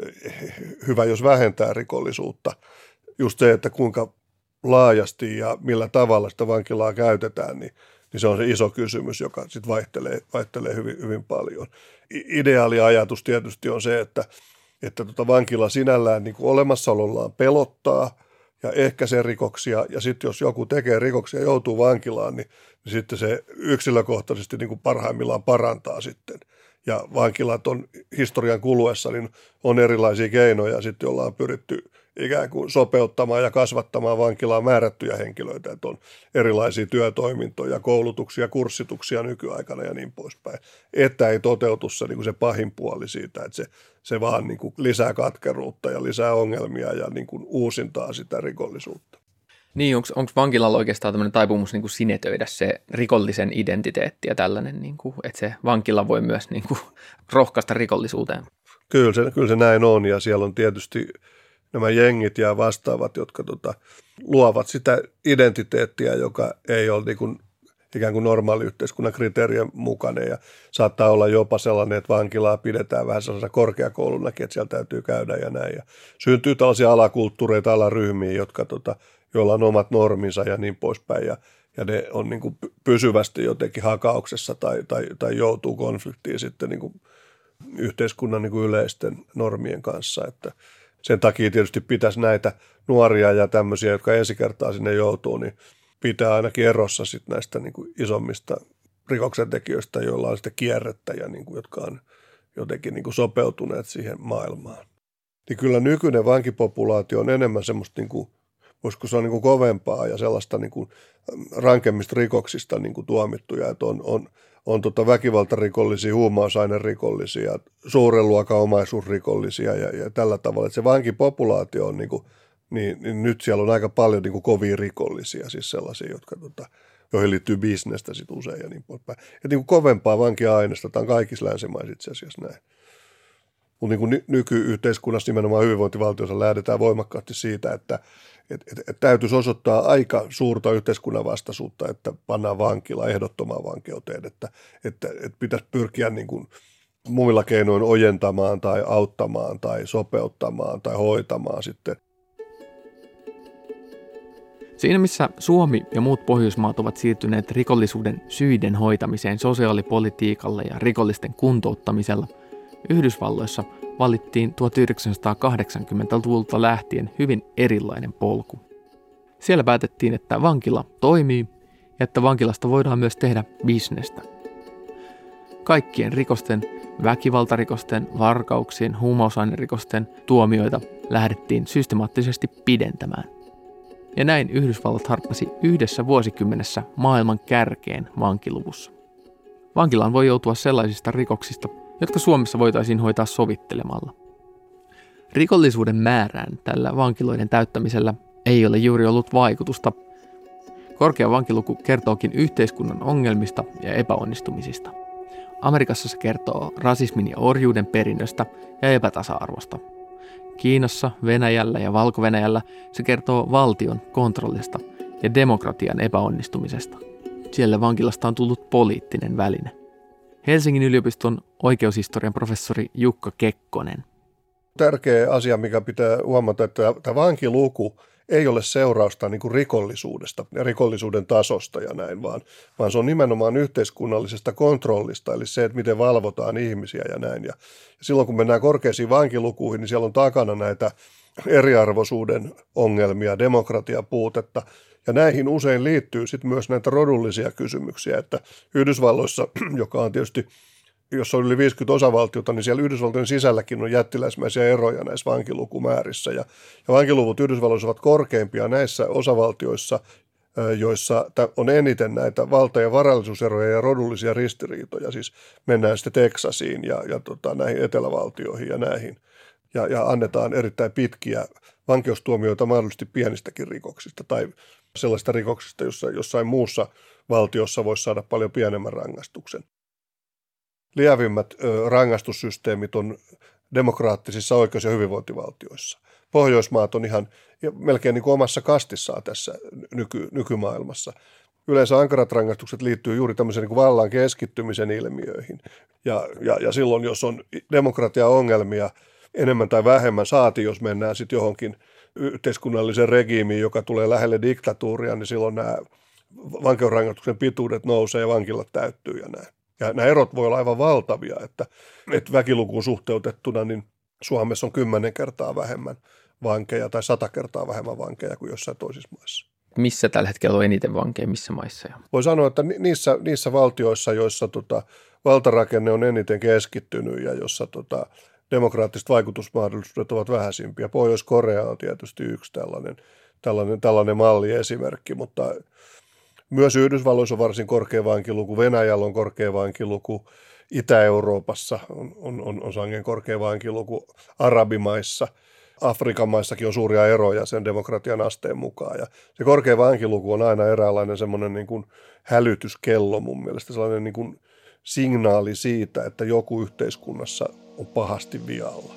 hyvä jos vähentää rikollisuutta. Just se, että kuinka laajasti ja millä tavalla sitä vankilaa käytetään, niin se on se iso kysymys, joka sitten vaihtelee hyvin, hyvin paljon. Ideaali ajatus tietysti on se, että vankila sinällään niin kuin olemassaolollaan pelottaa ja ehkäisee rikoksia, ja sitten jos joku tekee rikoksia ja joutuu vankilaan, niin sitten se yksilökohtaisesti niin kuin parhaimmillaan parantaa sitten. Ja vankilat on historian kuluessa, niin on erilaisia keinoja sitten, joilla on pyritty ikään kuin sopeuttamaan ja kasvattamaan vankilaan määrättyjä henkilöitä, että on erilaisia työtoimintoja, koulutuksia, kurssituksia nykyaikana ja niin poispäin. Että ei toteutu se, niin kuin se pahin puoli siitä, että se vaan niin kuin lisää katkeruutta ja lisää ongelmia ja niin kuin uusintaa sitä rikollisuutta. Niin, onko vankilalla oikeastaan tämmöinen taipumus niin kuin sinetöidä se rikollisen identiteetti ja tällainen, niin kuin, että se vankila voi myös niin kuin rohkaista rikollisuuteen? Kyllä se näin on, ja siellä on tietysti nämä jengit ja vastaavat, jotka luovat sitä identiteettiä, joka ei ole niin kuin, ikään kuin normaali yhteiskunnan kriteerien mukainen, ja saattaa olla jopa sellainen, että vankilaa pidetään vähän sellaisena korkeakoulunakin, että siellä täytyy käydä ja näin. Ja syntyy tällaisia alakulttuureita, alaryhmiä, joilla on omat norminsa ja niin poispäin, ja ne on niin kuin pysyvästi jotenkin hakauksessa tai joutuu konfliktiin sitten niin kuin yhteiskunnan niin kuin yleisten normien kanssa, että sen takia tietysti pitäisi näitä nuoria ja tämmöisiä, jotka ensi kertaa sinne joutuu, niin pitää ainakin erossa sitten näistä niin kuin isommista rikoksentekijöistä, joilla on sitten kierrettä ja niin kuin, jotka on jotenkin niin kuin sopeutuneet siihen maailmaan. Niin kyllä nykyinen vankipopulaatio on enemmän semmoista, niin kuin, voisiko se olla niin kuin kovempaa ja sellaista niin kuin rankemmista rikoksista niin kuin tuomittuja, että on väkivaltarikollisia, huumausainerikollisia, suuren luokan omaisuusrikollisia ja tällä tavalla. Että se vankipopulaatio on niin nyt siellä on aika paljon niin kuin kovia rikollisia, siis sellaisia, joihin liittyy bisnestä sit usein ja niin poispäin. Ja niin kuin kovempaa vankia-aineista, tämä on kaikissa länsimaissa itse asiassa näin. Mutta niin nykyyhteiskunnassa nimenomaan hyvinvointivaltiossa lähdetään voimakkaasti siitä, että täytyisi osoittaa aika suurta yhteiskunnan vastaisuutta, että pannaan vankila ehdottomaan vankeuteen, että pitäisi pyrkiä niin kuin muilla keinoin ojentamaan tai auttamaan tai sopeuttamaan tai hoitamaan sitten. Siinä missä Suomi ja muut Pohjoismaat ovat siirtyneet rikollisuuden syiden hoitamiseen sosiaalipolitiikalla ja rikollisten kuntouttamisella, Yhdysvalloissa valittiin 1980-luvulta lähtien hyvin erilainen polku. Siellä päätettiin, että vankila toimii ja että vankilasta voidaan myös tehdä bisnestä. Kaikkien rikosten, väkivaltarikosten, varkauksien, huumausainerikosten tuomioita lähdettiin systemaattisesti pidentämään. Ja näin Yhdysvallat harppasi yhdessä vuosikymmenessä maailman kärkeen vankiluvussa. Vankilaan voi joutua sellaisista rikoksista, jotka Suomessa voitaisiin hoitaa sovittelemalla. Rikollisuuden määrään tällä vankiloiden täyttämisellä ei ole juuri ollut vaikutusta. Korkea vankiluku kertookin yhteiskunnan ongelmista ja epäonnistumisista. Amerikassa se kertoo rasismin ja orjuuden perinnöstä ja epätasa-arvosta. Kiinassa, Venäjällä ja Valko-Venäjällä se kertoo valtion kontrollista ja demokratian epäonnistumisesta. Siellä vankilasta on tullut poliittinen väline. Helsingin yliopiston oikeushistorian professori Jukka Kekkonen. Tärkeä asia, mikä pitää huomata, että tämä vankiluku ei ole seurausta niin kuin rikollisuudesta ja rikollisuuden tasosta ja näin, vaan se on nimenomaan yhteiskunnallisesta kontrollista, eli se, että miten valvotaan ihmisiä ja näin. Ja silloin kun mennään korkeisiin vankilukuihin, niin siellä on takana näitä eriarvoisuuden ongelmia, demokratiapuutetta, ja näihin usein liittyy sitten myös näitä rodullisia kysymyksiä, että Yhdysvalloissa, joka on tietysti, jos on yli 50 osavaltiota, niin siellä Yhdysvaltojen sisälläkin on jättiläismäisiä eroja näissä vankilukumäärissä. Ja vankiluvut Yhdysvalloissa ovat korkeimpia näissä osavaltioissa, joissa on eniten näitä valta- ja varallisuuseroja ja rodullisia ristiriitoja. Siis mennään sitten Teksasiin ja näihin etelävaltioihin ja näihin. Ja annetaan erittäin pitkiä vankeustuomioita mahdollisesti pienistäkin rikoksista tai sellaista rikoksista, jossa jossain muussa valtiossa voisi saada paljon pienemmän rangaistuksen. Lievimmät rangaistussysteemit on demokraattisissa oikeus- ja hyvinvointivaltioissa. Pohjoismaat on ihan melkein niin kuin omassa kastissaan tässä nykymaailmassa. Yleensä ankarat rangaistukset liittyy juuri tämmöisen niin kuin vallan keskittymisen ilmiöihin. Ja silloin, jos on demokratiaongelmia enemmän tai vähemmän, saati jos mennään sitten johonkin yhteiskunnalliseen regiimiin, joka tulee lähelle diktatuuria, niin silloin nämä vankeusrangaistuksen pituudet nousee ja vankilat täyttyy ja näin. Ja nämä erot voi olla aivan valtavia, että väkilukuun suhteutettuna niin Suomessa on 10 kertaa vähemmän vankeja tai 100 kertaa vähemmän vankeja kuin jossain toisissa maissa. Missä tällä hetkellä on eniten vankeja, missä maissa? Voi sanoa, että niissä valtioissa, joissa valtarakenne on eniten keskittynyt ja jossa demokraattiset vaikutusmahdollisuudet ovat vähäisimpiä. Pohjois-Korea on tietysti yksi tällainen malliesimerkki, mutta myös Yhdysvalloissa on varsin korkea vankiluku, Venäjällä on korkea vankiluku, Itä-Euroopassa on sangen korkea vankiluku, Arabimaissa, Afrikan maissakin on suuria eroja sen demokratian asteen mukaan. Ja se korkea vankiluku on aina eräänlainen semmoinen niin kuin hälytyskello mun mielestä, sellainen niin kuin signaali siitä, että joku yhteiskunnassa on pahasti vialla.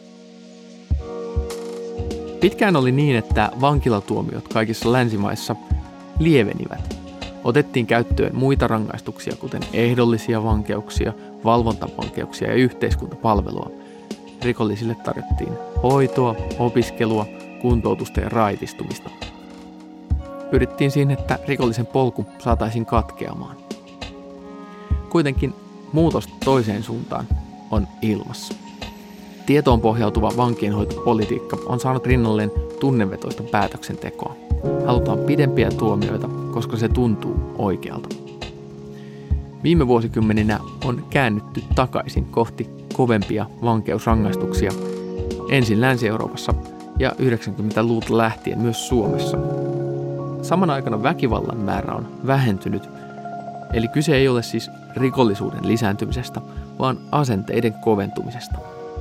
Pitkään oli niin, että vankilatuomiot kaikissa länsimaissa lievenivät. Otettiin käyttöön muita rangaistuksia, kuten ehdollisia vankeuksia, valvontavankeuksia ja yhteiskuntapalvelua. Rikollisille tarjottiin hoitoa, opiskelua, kuntoutusta ja raitistumista. Pyrittiin siihen, että rikollisen polku saataisiin katkeamaan. Kuitenkin muutos toiseen suuntaan on ilmassa. Tietoon pohjautuva vankienhoitopolitiikka on saanut rinnalleen tunnevetoista päätöksentekoa. Halutaan pidempiä tuomioita, koska se tuntuu oikealta. Viime vuosikymmeninä on käännytty takaisin kohti kovempia vankeusrangaistuksia, ensin Länsi-Euroopassa ja 90-luvulta lähtien myös Suomessa. Samana aikana väkivallan määrä on vähentynyt Eli kyse ei ole siis rikollisuuden lisääntymisestä, vaan asenteiden koventumisesta.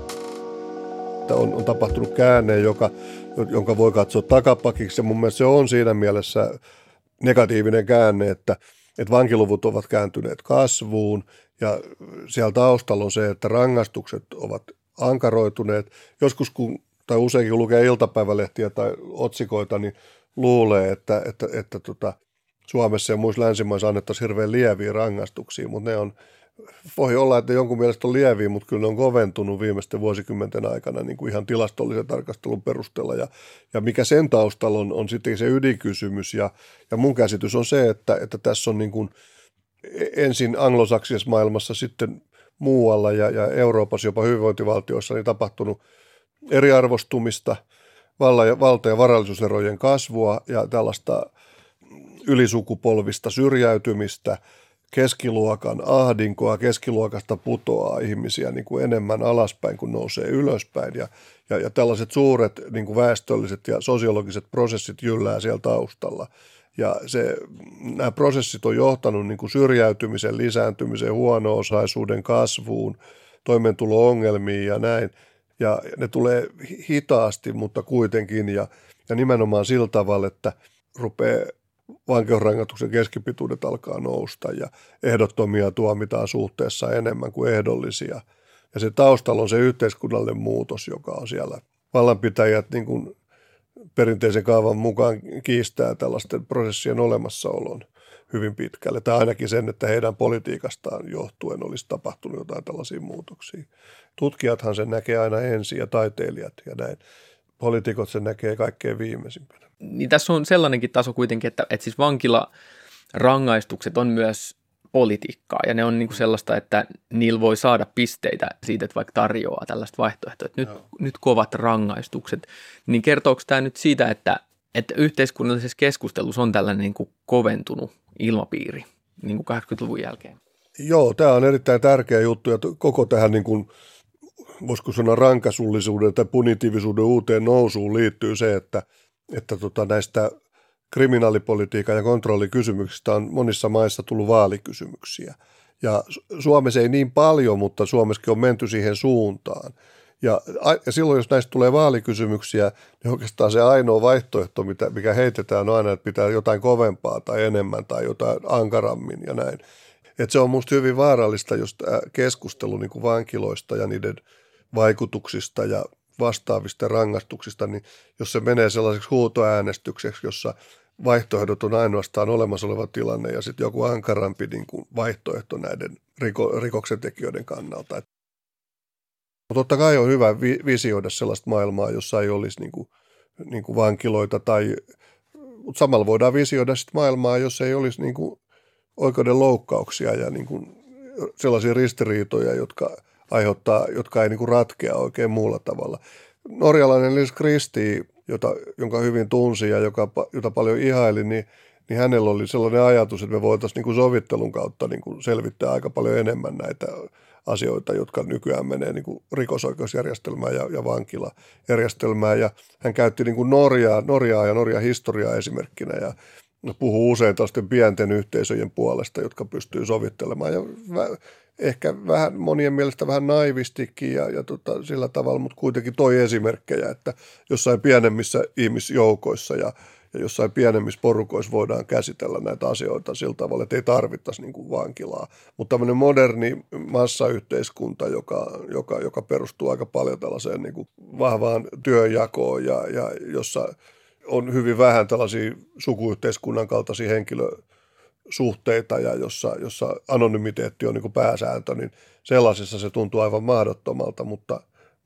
On tapahtunut käänne, jonka voi katsoa takapakiksi, ja mun mielestä se on siinä mielessä negatiivinen käänne, että vankiluvut ovat kääntyneet kasvuun, ja siellä taustalla on se, että rangaistukset ovat ankaroituneet. Joskus tai useinkin kun lukee iltapäivälehtiä tai otsikoita, niin luulee, että Suomessa ja muissa länsimaissa annettaisiin hirveän lieviä rangaistuksia, mutta voi olla, että jonkun mielestä on lieviä, mutta kyllä ne on koventunut viimeisten vuosikymmenten aikana niin kuin ihan tilastollisen tarkastelun perusteella. Ja mikä sen taustalla on sitten se ydinkysymys. Ja mun käsitys on se, että tässä on niin kuin ensin anglosaksisessa maailmassa, sitten muualla ja Euroopassa, jopa hyvinvointivaltioissa, niin tapahtunut eriarvostumista, valta- ja varallisuuserojen kasvua ja tällaista ylisukupolvista syrjäytymistä, keskiluokan ahdinkoa, keskiluokasta putoaa ihmisiä niin kuin enemmän alaspäin kuin nousee ylöspäin ja tällaiset suuret niin kuin väestölliset ja sosiologiset prosessit jyllää siellä taustalla. Ja nämä prosessit on johtanut niin kuin syrjäytymisen lisääntymiseen, huono-osaisuuden kasvuun, toimeentulo-ongelmiin ja näin. Ja ne tulee hitaasti, mutta kuitenkin ja nimenomaan sillä tavalla, että rupeaa vankeusrangaistuksen keskipituudet alkaa nousta ja ehdottomia tuomitaan suhteessa enemmän kuin ehdollisia. Ja se taustalla on se yhteiskunnallinen muutos, joka on siellä. Vallanpitäjät niin kuin perinteisen kaavan mukaan kiistää tällaisten prosessien olemassaolon hyvin pitkälle. Tai ainakin sen, että heidän politiikastaan johtuen olisi tapahtunut jotain tällaisia muutoksia. Tutkijathan sen näkee aina ensin ja taiteilijat ja näin. Poliitikot sen näkee kaikkein viimeisimpänä. Niin tässä on sellainenkin taso kuitenkin, että siis vankilarangaistukset on myös politiikkaa ja ne on niin kuin sellaista, että niillä voi saada pisteitä siitä, että vaikka tarjoaa tällaista vaihtoehtoa, että nyt kovat rangaistukset. Niin kertooko tämä nyt siitä, että yhteiskunnallisessa keskustelussa on tällainen niin kuin koventunut ilmapiiri niin kuin 80-luvun jälkeen? Joo, tämä on erittäin tärkeä juttu ja koko tähän niin kuin voisiko sanoa rankasullisuuden tai punitiivisuuden uuteen nousuun liittyy se, että näistä kriminaalipolitiikan ja kontrollikysymyksistä on monissa maissa tullut vaalikysymyksiä. Ja Suomessa ei niin paljon, mutta Suomessakin on menty siihen suuntaan. Ja silloin, jos näistä tulee vaalikysymyksiä, niin oikeastaan se ainoa vaihtoehto, mikä heitetään, on aina, että pitää jotain kovempaa tai enemmän tai jotain ankarammin ja näin. Et se on musta hyvin vaarallista, jos tämä keskustelu niin kuin vankiloista ja niiden vaikutuksista ja vastaavista rangaistuksista, niin jos se menee sellaiseksi huutoäänestykseksi, jossa vaihtoehdot on ainoastaan olemassa oleva tilanne ja sitten joku ankarampi niin kuin vaihtoehto näiden rikoksentekijöiden kannalta. Mutta totta kai on hyvä visioida sellaista maailmaa, jossa ei olisi niin kuin vankiloita, mutta samalla voidaan visioida sitten maailmaa, jossa ei olisi niin kuin oikeuden loukkauksia ja niin kuin sellaisia ristiriitoja, jotka ei niin kuin ratkea oikein muulla tavalla. Norjalainen Nils Christie, jonka hyvin tunsi ja jota paljon ihaili, niin hänellä oli sellainen ajatus, että me voitaisiin niin kuin sovittelun kautta niin kuin selvittää aika paljon enemmän näitä asioita, jotka nykyään menee niin kuin rikosoikeusjärjestelmään ja vankilajärjestelmään. Ja hän käytti niin kuin Norjaa ja Norjan historiaa esimerkkinä ja puhuu usein tällaisten pienten yhteisöjen puolesta, jotka pystyy sovittelemaan. Ja ehkä vähän monien mielestä vähän naivistikin ja sillä tavalla, mutta kuitenkin toi esimerkkejä, että jossain pienemmissä ihmisjoukoissa ja jossain pienemmissä porukoissa voidaan käsitellä näitä asioita sillä tavalla, että ei tarvittaisi niin kuin vankilaa. Mutta tämmöinen moderni massayhteiskunta, joka perustuu aika paljon tällaiseen niin kuin vahvaan työnjakoon ja jossa on hyvin vähän tällaisia sukuyhteiskunnan kaltaisia henkilösuhteita ja jossa anonymiteetti on niin kuin pääsääntö, niin sellaisessa se tuntuu aivan mahdottomalta, mutta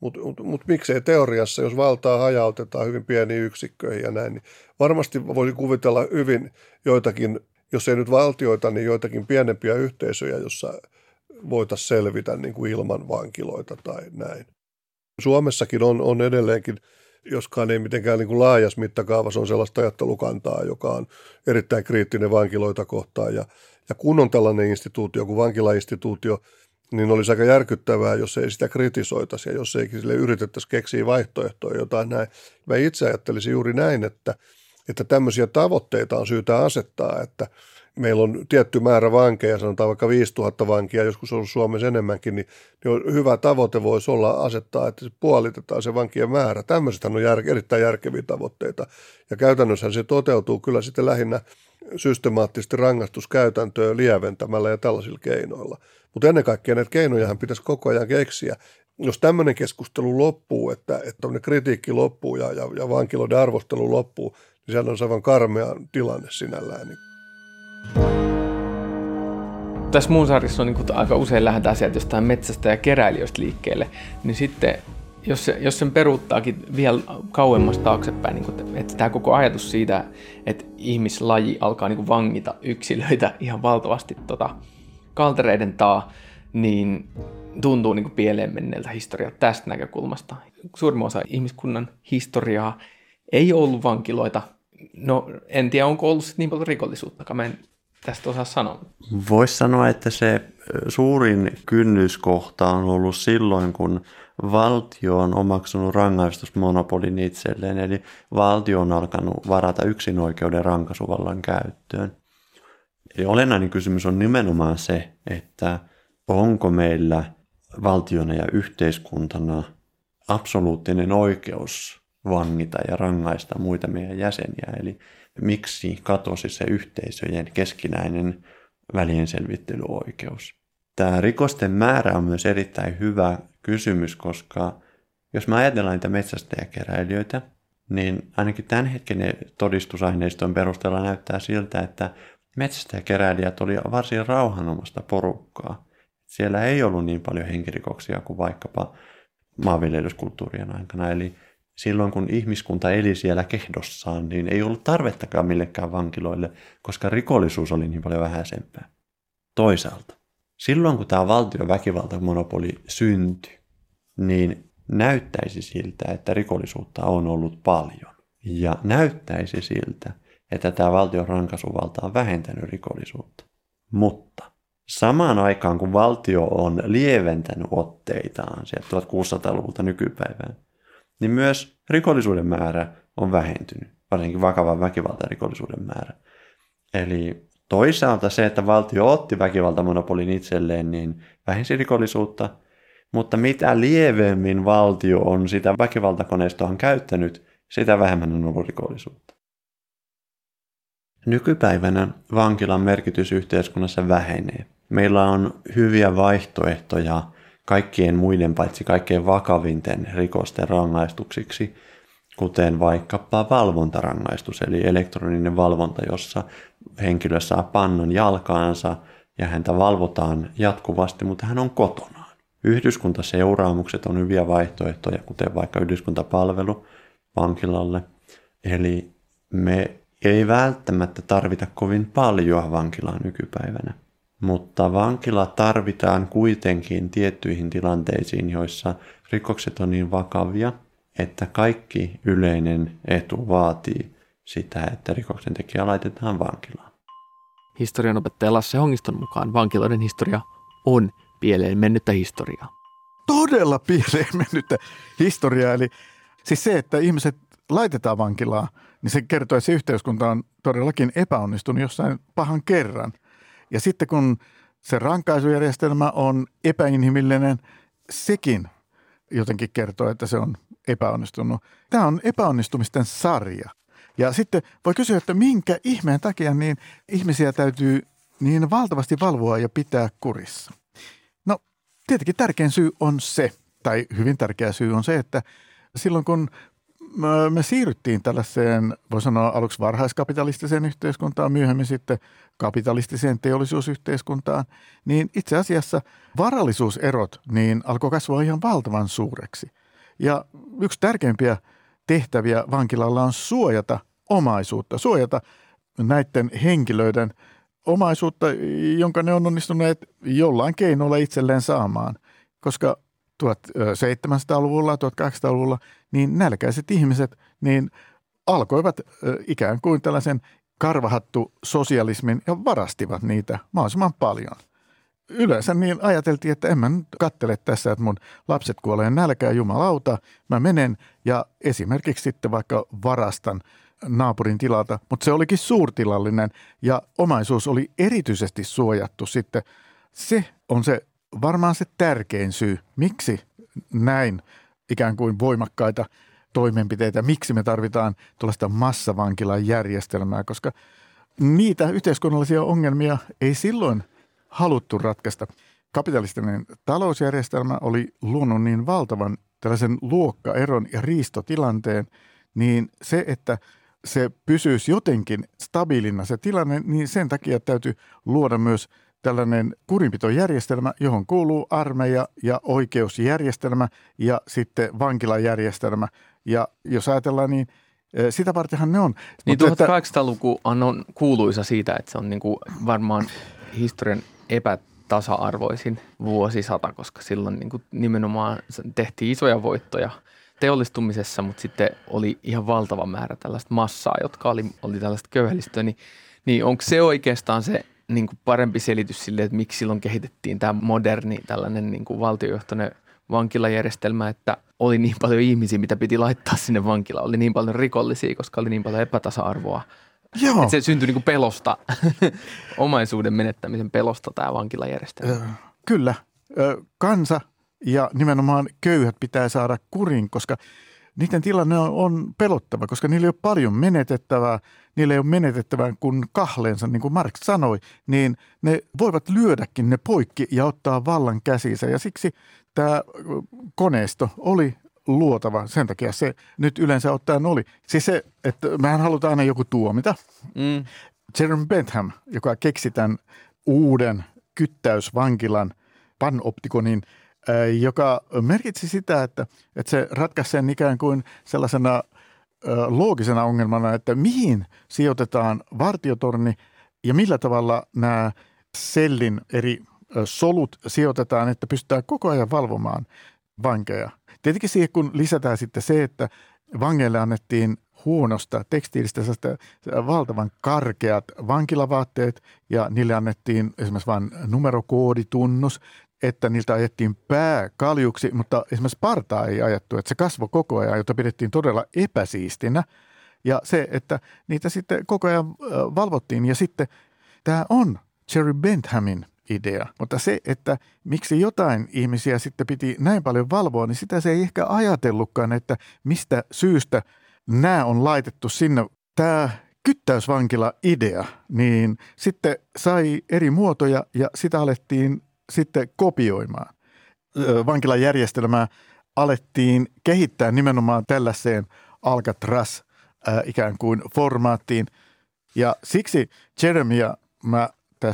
miksei teoriassa, jos valtaa hajautetaan hyvin pieniin yksikköihin ja näin, niin varmasti voisi kuvitella hyvin joitakin, jos ei nyt valtioita, niin joitakin pienempiä yhteisöjä, jossa voitaisiin selvitä niin kuin ilman vankiloita tai näin. Suomessakin on edelleenkin, joskaan ei mitenkään niin kuin laajassa mittakaavassa, on sellaista ajattelukantaa, joka on erittäin kriittinen vankiloita kohtaan. Ja kun on tällainen instituutio kuin vankilainstituutio, niin olisi aika järkyttävää, jos ei sitä kritisoitaisi ja jos ei sille yritettäisi keksiä vaihtoehtoja jotain näin. Mä itse ajattelisin juuri näin, että tämmöisiä tavoitteita on syytä asettaa, että meillä on tietty määrä vankeja, sanotaan vaikka 5000 vankia, joskus on ollut Suomessa enemmänkin, niin hyvä tavoite voisi olla asettaa, että puolitetaan se vankien määrä. Tämmöisethän on erittäin järkeviä tavoitteita. Ja käytännössä se toteutuu kyllä sitten lähinnä systemaattisesti rangaistuskäytäntöä lieventämällä ja tällaisilla keinoilla. Mutta ennen kaikkea näitä keinojahan pitäisi koko ajan keksiä. Jos tämmöinen keskustelu loppuu, että tämmöinen kritiikki loppuu ja vankiloiden arvostelu loppuu, niin sehän on aivan karmea tilanne sinällään. Tässä muun sarjassa on aika usein lähdetään sieltä jostain metsästä ja keräilijöistä liikkeelle, niin sitten jos sen peruuttaakin vielä kauemmas taaksepäin, että tämä koko ajatus siitä, että ihmislaji alkaa vangita yksilöitä ihan valtavasti kaltereiden taa, niin tuntuu pieleen menneeltä historialta tästä näkökulmasta. Suurin osa ihmiskunnan historiaa ei ollut vankiloita. No, en tiedä, onko ollut niin paljon rikollisuuttakaan. Mä en tästä osaa sanoa. Voisi sanoa, että se suurin kynnyskohta on ollut silloin, kun valtio on omaksunut rangaistusmonopolin itselleen, eli valtio on alkanut varata yksinoikeuden rankaisuvallan käyttöön. Eli olennainen kysymys on nimenomaan se, että onko meillä valtiona ja yhteiskuntana absoluuttinen oikeus vangita ja rangaista muita meidän jäseniä, eli miksi katosi se yhteisöjen keskinäinen välienselvittelyoikeus. Tämä rikosten määrä on myös erittäin hyvä kysymys, koska jos me ajatellaan niitä metsästäjäkeräilijöitä, niin ainakin tämän hetken todistusaineiston perusteella näyttää siltä, että metsästäjäkeräilijät oli varsin rauhanomasta porukkaa. Siellä ei ollut niin paljon henkirikoksia kuin vaikkapa maanviljelyskulttuurien aikana, eli silloin kun ihmiskunta eli siellä kehdossaan, niin ei ollut tarvettakaan millekään vankiloille, koska rikollisuus oli niin paljon vähäisempää. Toisaalta, silloin kun tämä valtion väkivaltamonopoli syntyi, niin näyttäisi siltä, että rikollisuutta on ollut paljon. Ja näyttäisi siltä, että tämä valtion rankaisuvalta on vähentänyt rikollisuutta. Mutta samaan aikaan, kun valtio on lieventänyt otteitaan sieltä 1600-luvulta nykypäivään, niin myös rikollisuuden määrä on vähentynyt, varsinkin vakavan väkivaltarikollisuuden määrä. Eli toisaalta se, että valtio otti väkivaltamonopolin itselleen, niin vähensi rikollisuutta, mutta mitä lievemmin valtio on sitä väkivaltakoneistoa käyttänyt, sitä vähemmän on ollut rikollisuutta. Nykypäivänä vankilan merkitys yhteiskunnassa vähenee. Meillä on hyviä vaihtoehtoja kaikkien muiden paitsi kaikkein vakavinten rikosten rangaistuksiksi, kuten vaikkapa valvontarangaistus, eli elektroninen valvonta, jossa henkilö saa pannan jalkaansa ja häntä valvotaan jatkuvasti, mutta hän on kotonaan. Yhdyskuntaseuraamukset on hyviä vaihtoehtoja, kuten vaikka yhdyskuntapalvelu vankilalle. Eli me ei välttämättä tarvita kovin paljon vankilaa nykypäivänä. Mutta vankila tarvitaan kuitenkin tiettyihin tilanteisiin, joissa rikokset on niin vakavia, että kaikki yleinen etu vaatii sitä, että rikoksen tekijä laitetaan vankilaan. Historianopettaja Lasse Hongiston mukaan vankiloiden historia on pieleen mennyttä historiaa. Todella pieleen mennyttä historiaa. Eli siis se, että ihmiset laitetaan vankilaan, niin se kertoo, että se yhteiskunta on todellakin epäonnistunut jossain pahan kerran. Ja sitten kun se rankaisujärjestelmä on epäinhimillinen, sekin jotenkin kertoo, että se on epäonnistunut. Tämä on epäonnistumisten sarja. Ja sitten voi kysyä, että minkä ihmeen takia niin ihmisiä täytyy niin valtavasti valvoa ja pitää kurissa. No tietenkin tärkein syy on se, tai hyvin tärkeä syy on se, että silloin kun me siirryttiin tällaiseen, voi sanoa aluksi varhaiskapitalistiseen yhteiskuntaan, myöhemmin sitten kapitalistiseen teollisuusyhteiskuntaan, niin itse asiassa varallisuuserot niin alkoi kasvaa ihan valtavan suureksi. Ja yksi tärkeimpiä tehtäviä vankilalla on suojata omaisuutta, suojata näiden henkilöiden omaisuutta, jonka ne on onnistuneet jollain keinolla itselleen saamaan, koska 1700-luvulla, 1800-luvulla, niin nälkäiset ihmiset niin alkoivat ikään kuin tällaisen karvahattu sosialismin ja varastivat niitä mahdollisimman paljon. Yleensä niin ajateltiin, että en mä nyt katsele tässä, että mun lapset kuolee nälkään, jumalauta, mä menen ja esimerkiksi sitten vaikka varastan naapurin tilalta, mutta se olikin suurtilallinen ja omaisuus oli erityisesti suojattu sitten. Se on varmaan se tärkein syy, miksi näin ikään kuin voimakkaita toimenpiteitä, miksi me tarvitaan tuollaista massavankilan järjestelmää, koska niitä yhteiskunnallisia ongelmia ei silloin haluttu ratkaista. Kapitalistinen talousjärjestelmä oli luonut niin valtavan tällaisen luokkaeron ja riistotilanteen, niin se, että se pysyisi jotenkin stabiilina se tilanne, niin sen takia täytyy luoda myös tällainen kurinpitojärjestelmä, johon kuuluu armeija ja oikeusjärjestelmä ja sitten vankilajärjestelmä. Ja jos ajatellaan, niin sitä vartenhan ne on. Niin 1800-luku on kuuluisa siitä, että se on niin kuin varmaan historian epätasa-arvoisin vuosisata, koska silloin niin kuin nimenomaan tehtiin isoja voittoja teollistumisessa, mutta sitten oli ihan valtava määrä tällaista massaa, jotka oli tällaista köyhälistöä. Niin onko se oikeastaan se niin kuin parempi selitys sille, että miksi silloin kehitettiin tämä moderni tällainen niin kuin valtiojohtoinen vankilajärjestelmä, että oli niin paljon ihmisiä, mitä piti laittaa sinne vankilaan. Oli niin paljon rikollisia, koska oli niin paljon epätasa-arvoa. Joo. Että se syntyi niin kuin pelosta, omaisuuden menettämisen pelosta tämä vankilajärjestelmä. Kyllä. Kansa ja nimenomaan köyhät pitää saada kuriin, koska niiden tilanne on pelottava, koska niillä ei ole paljon menetettävää. Niillä ei ole menetettävää kuin kahleensa, niin kuin Marx sanoi, niin ne voivat lyödäkin ne poikki ja ottaa vallan käsiinsä. Ja siksi tämä koneisto oli luotava, sen takia se nyt yleensä ottaen oli. Siis se, että mehän halutaan aina joku tuomita. Jeremy Bentham, joka keksi tämän uuden kyttäysvankilan panoptikonin, joka merkitsi sitä, että se ratkaisi sen ikään kuin sellaisena loogisena ongelmana, että mihin sijoitetaan vartiotorni ja millä tavalla nämä sellin eri solut sijoitetaan, että pystytään koko ajan valvomaan vankeja. Tietenkin siihen, kun lisätään sitten se, että vangeille annettiin huonosta tekstiilistä valtavan karkeat vankilavaatteet ja niille annettiin esimerkiksi vain numerokooditunnus, että niiltä ajettiin pää kaljuksi, mutta esimerkiksi partaa ei ajettu, että se kasvoi koko ajan, jota pidettiin todella epäsiistinä. Ja se, että niitä sitten koko ajan valvottiin ja sitten tämä on Jerry Benthamin idea. Mutta se, että miksi jotain ihmisiä sitten piti näin paljon valvoa, niin sitä se ei ehkä ajatellutkaan, että mistä syystä nämä on laitettu sinne. Tämä kyttäysvankila-idea, niin sitten sai eri muotoja ja sitä alettiin sitten kopioimaan. Vankilajärjestelmää alettiin kehittää nimenomaan tällaiseen Alcatraz ikään kuin formaattiin. Ja siksi Jeremia mä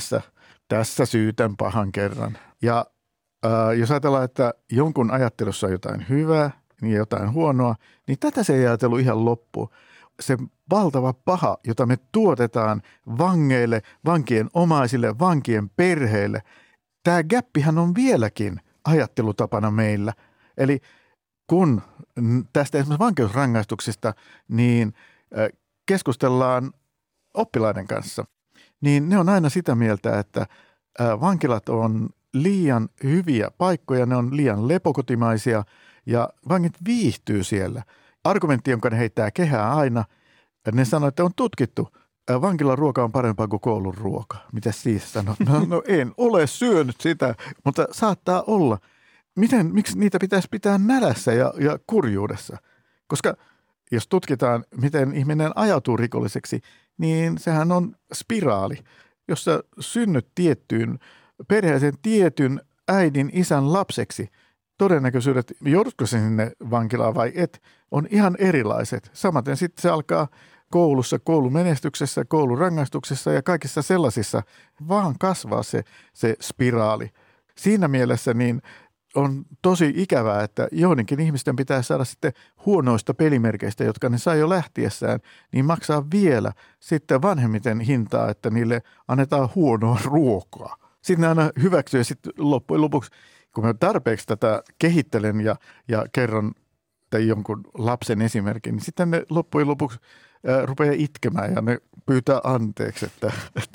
tässä syytän pahan kerran. Ja jos ajatellaan, että jonkun ajattelussa on jotain hyvää ja jotain huonoa, niin tätä se ei ajatellut ihan loppuun. Se valtava paha, jota me tuotetaan vangeille, vankien omaisille, vankien perheille, tämä gäppihän on vieläkin ajattelutapana meillä. Eli kun tästä esimerkiksi vankeusrangaistuksista niin keskustellaan oppilaiden kanssa, niin ne on aina sitä mieltä, että vankilat on liian hyviä paikkoja, ne on liian lepokotimaisia ja vangit viihtyy siellä. Argumentti, jonka ne heittää kehää aina, ne sanoo, että on tutkittu, vankilan ruoka on parempaa kuin koulun ruoka. Mitä siis sanot? No en ole syönyt sitä, mutta saattaa olla. Miksi niitä pitäisi pitää nälässä ja kurjuudessa? Koska jos tutkitaan, miten ihminen ajautuu rikolliseksi, niin sehän on spiraali, jossa synnyt tiettyyn perheeseen tietyn äidin, isän lapseksi. Todennäköisyydet, joudutko sinne vankilaan vai et, on ihan erilaiset. Samaten sitten se alkaa koulussa, koulumenestyksessä, koulurangaistuksessa ja kaikissa sellaisissa vaan kasvaa se spiraali. Siinä mielessä niin on tosi ikävää, että joidenkin ihmisten pitää saada sitten huonoista pelimerkeistä, jotka ne sai jo lähtiessään, niin maksaa vielä sitten vanhemmiten hintaa, että niille annetaan huonoa ruokaa. Sitten ne aina hyväksyy ja sitten loppujen lopuksi, kun mä tarpeeksi tätä kehittelen ja kerron jonkun lapsen esimerkin, niin sitten ne loppujen lopuksi rupeaa itkemään ja ne pyytää anteeksi, että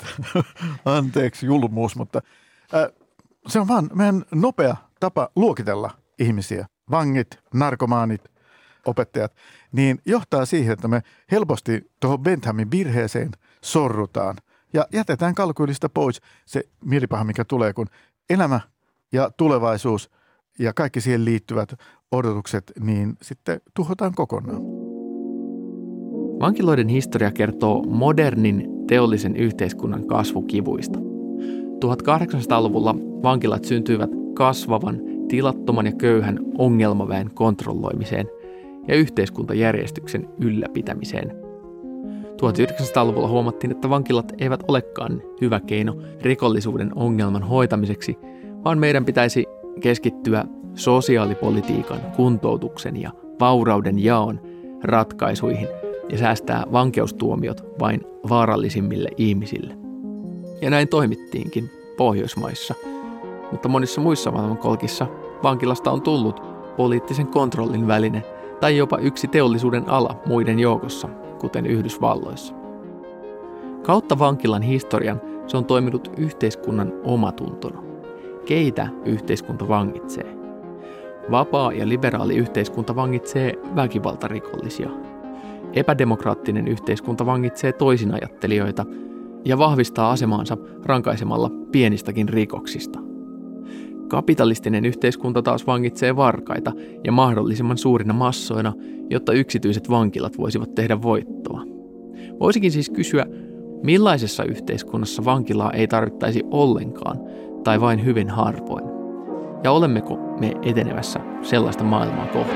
anteeksi julmuus, mutta se on vaan meidän nopea tapa luokitella ihmisiä. Vangit, narkomaanit, opettajat, niin johtaa siihen, että me helposti tuohon Benthamin virheeseen sorrutaan ja jätetään kalkyylistä pois se mielipaha, mikä tulee, kun elämä ja tulevaisuus ja kaikki siihen liittyvät odotukset, niin sitten tuhotaan kokonaan. Vankiloiden historia kertoo modernin teollisen yhteiskunnan kasvukivuista. 1800-luvulla vankilat syntyivät kasvavan, tilattoman ja köyhän ongelmaväen kontrolloimiseen ja yhteiskuntajärjestyksen ylläpitämiseen. 1900-luvulla huomattiin, että vankilat eivät olekaan hyvä keino rikollisuuden ongelman hoitamiseksi, vaan meidän pitäisi keskittyä sosiaalipolitiikan, kuntoutuksen ja vaurauden jaon ratkaisuihin ja säästää vankeustuomiot vain vaarallisimmille ihmisille. Ja näin toimittiinkin Pohjoismaissa, mutta monissa muissa maailmankolkissa vankilasta on tullut poliittisen kontrollin väline tai jopa yksi teollisuuden ala muiden joukossa, kuten Yhdysvalloissa. Kautta vankilan historian se on toiminut yhteiskunnan omatuntona. Keitä yhteiskunta vangitsee? Vapaa ja liberaali yhteiskunta vangitsee väkivaltarikollisia. Epädemokraattinen yhteiskunta vangitsee toisinajattelijoita ja vahvistaa asemaansa rankaisemalla pienistäkin rikoksista. Kapitalistinen yhteiskunta taas vangitsee varkaita ja mahdollisimman suurina massoina, jotta yksityiset vankilat voisivat tehdä voittoa. Voisikin siis kysyä, millaisessa yhteiskunnassa vankilaa ei tarvittaisi ollenkaan tai vain hyvin harvoin? Ja olemmeko me etenevässä sellaista maailmaa kohti?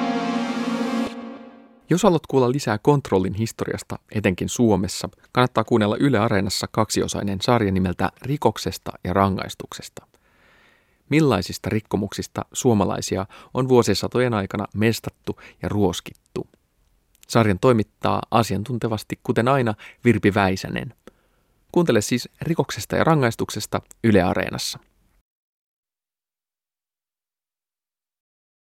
Jos haluat kuulla lisää kontrollin historiasta, etenkin Suomessa, kannattaa kuunnella Yle Areenassa kaksiosainen sarja nimeltä Rikoksesta ja rangaistuksesta. Millaisista rikkomuksista suomalaisia on vuosisatojen aikana mestattu ja ruoskittu? Sarjan toimittaa asiantuntevasti, kuten aina, Virpi Väisänen. Kuuntele siis Rikoksesta ja rangaistuksesta Yle Areenassa.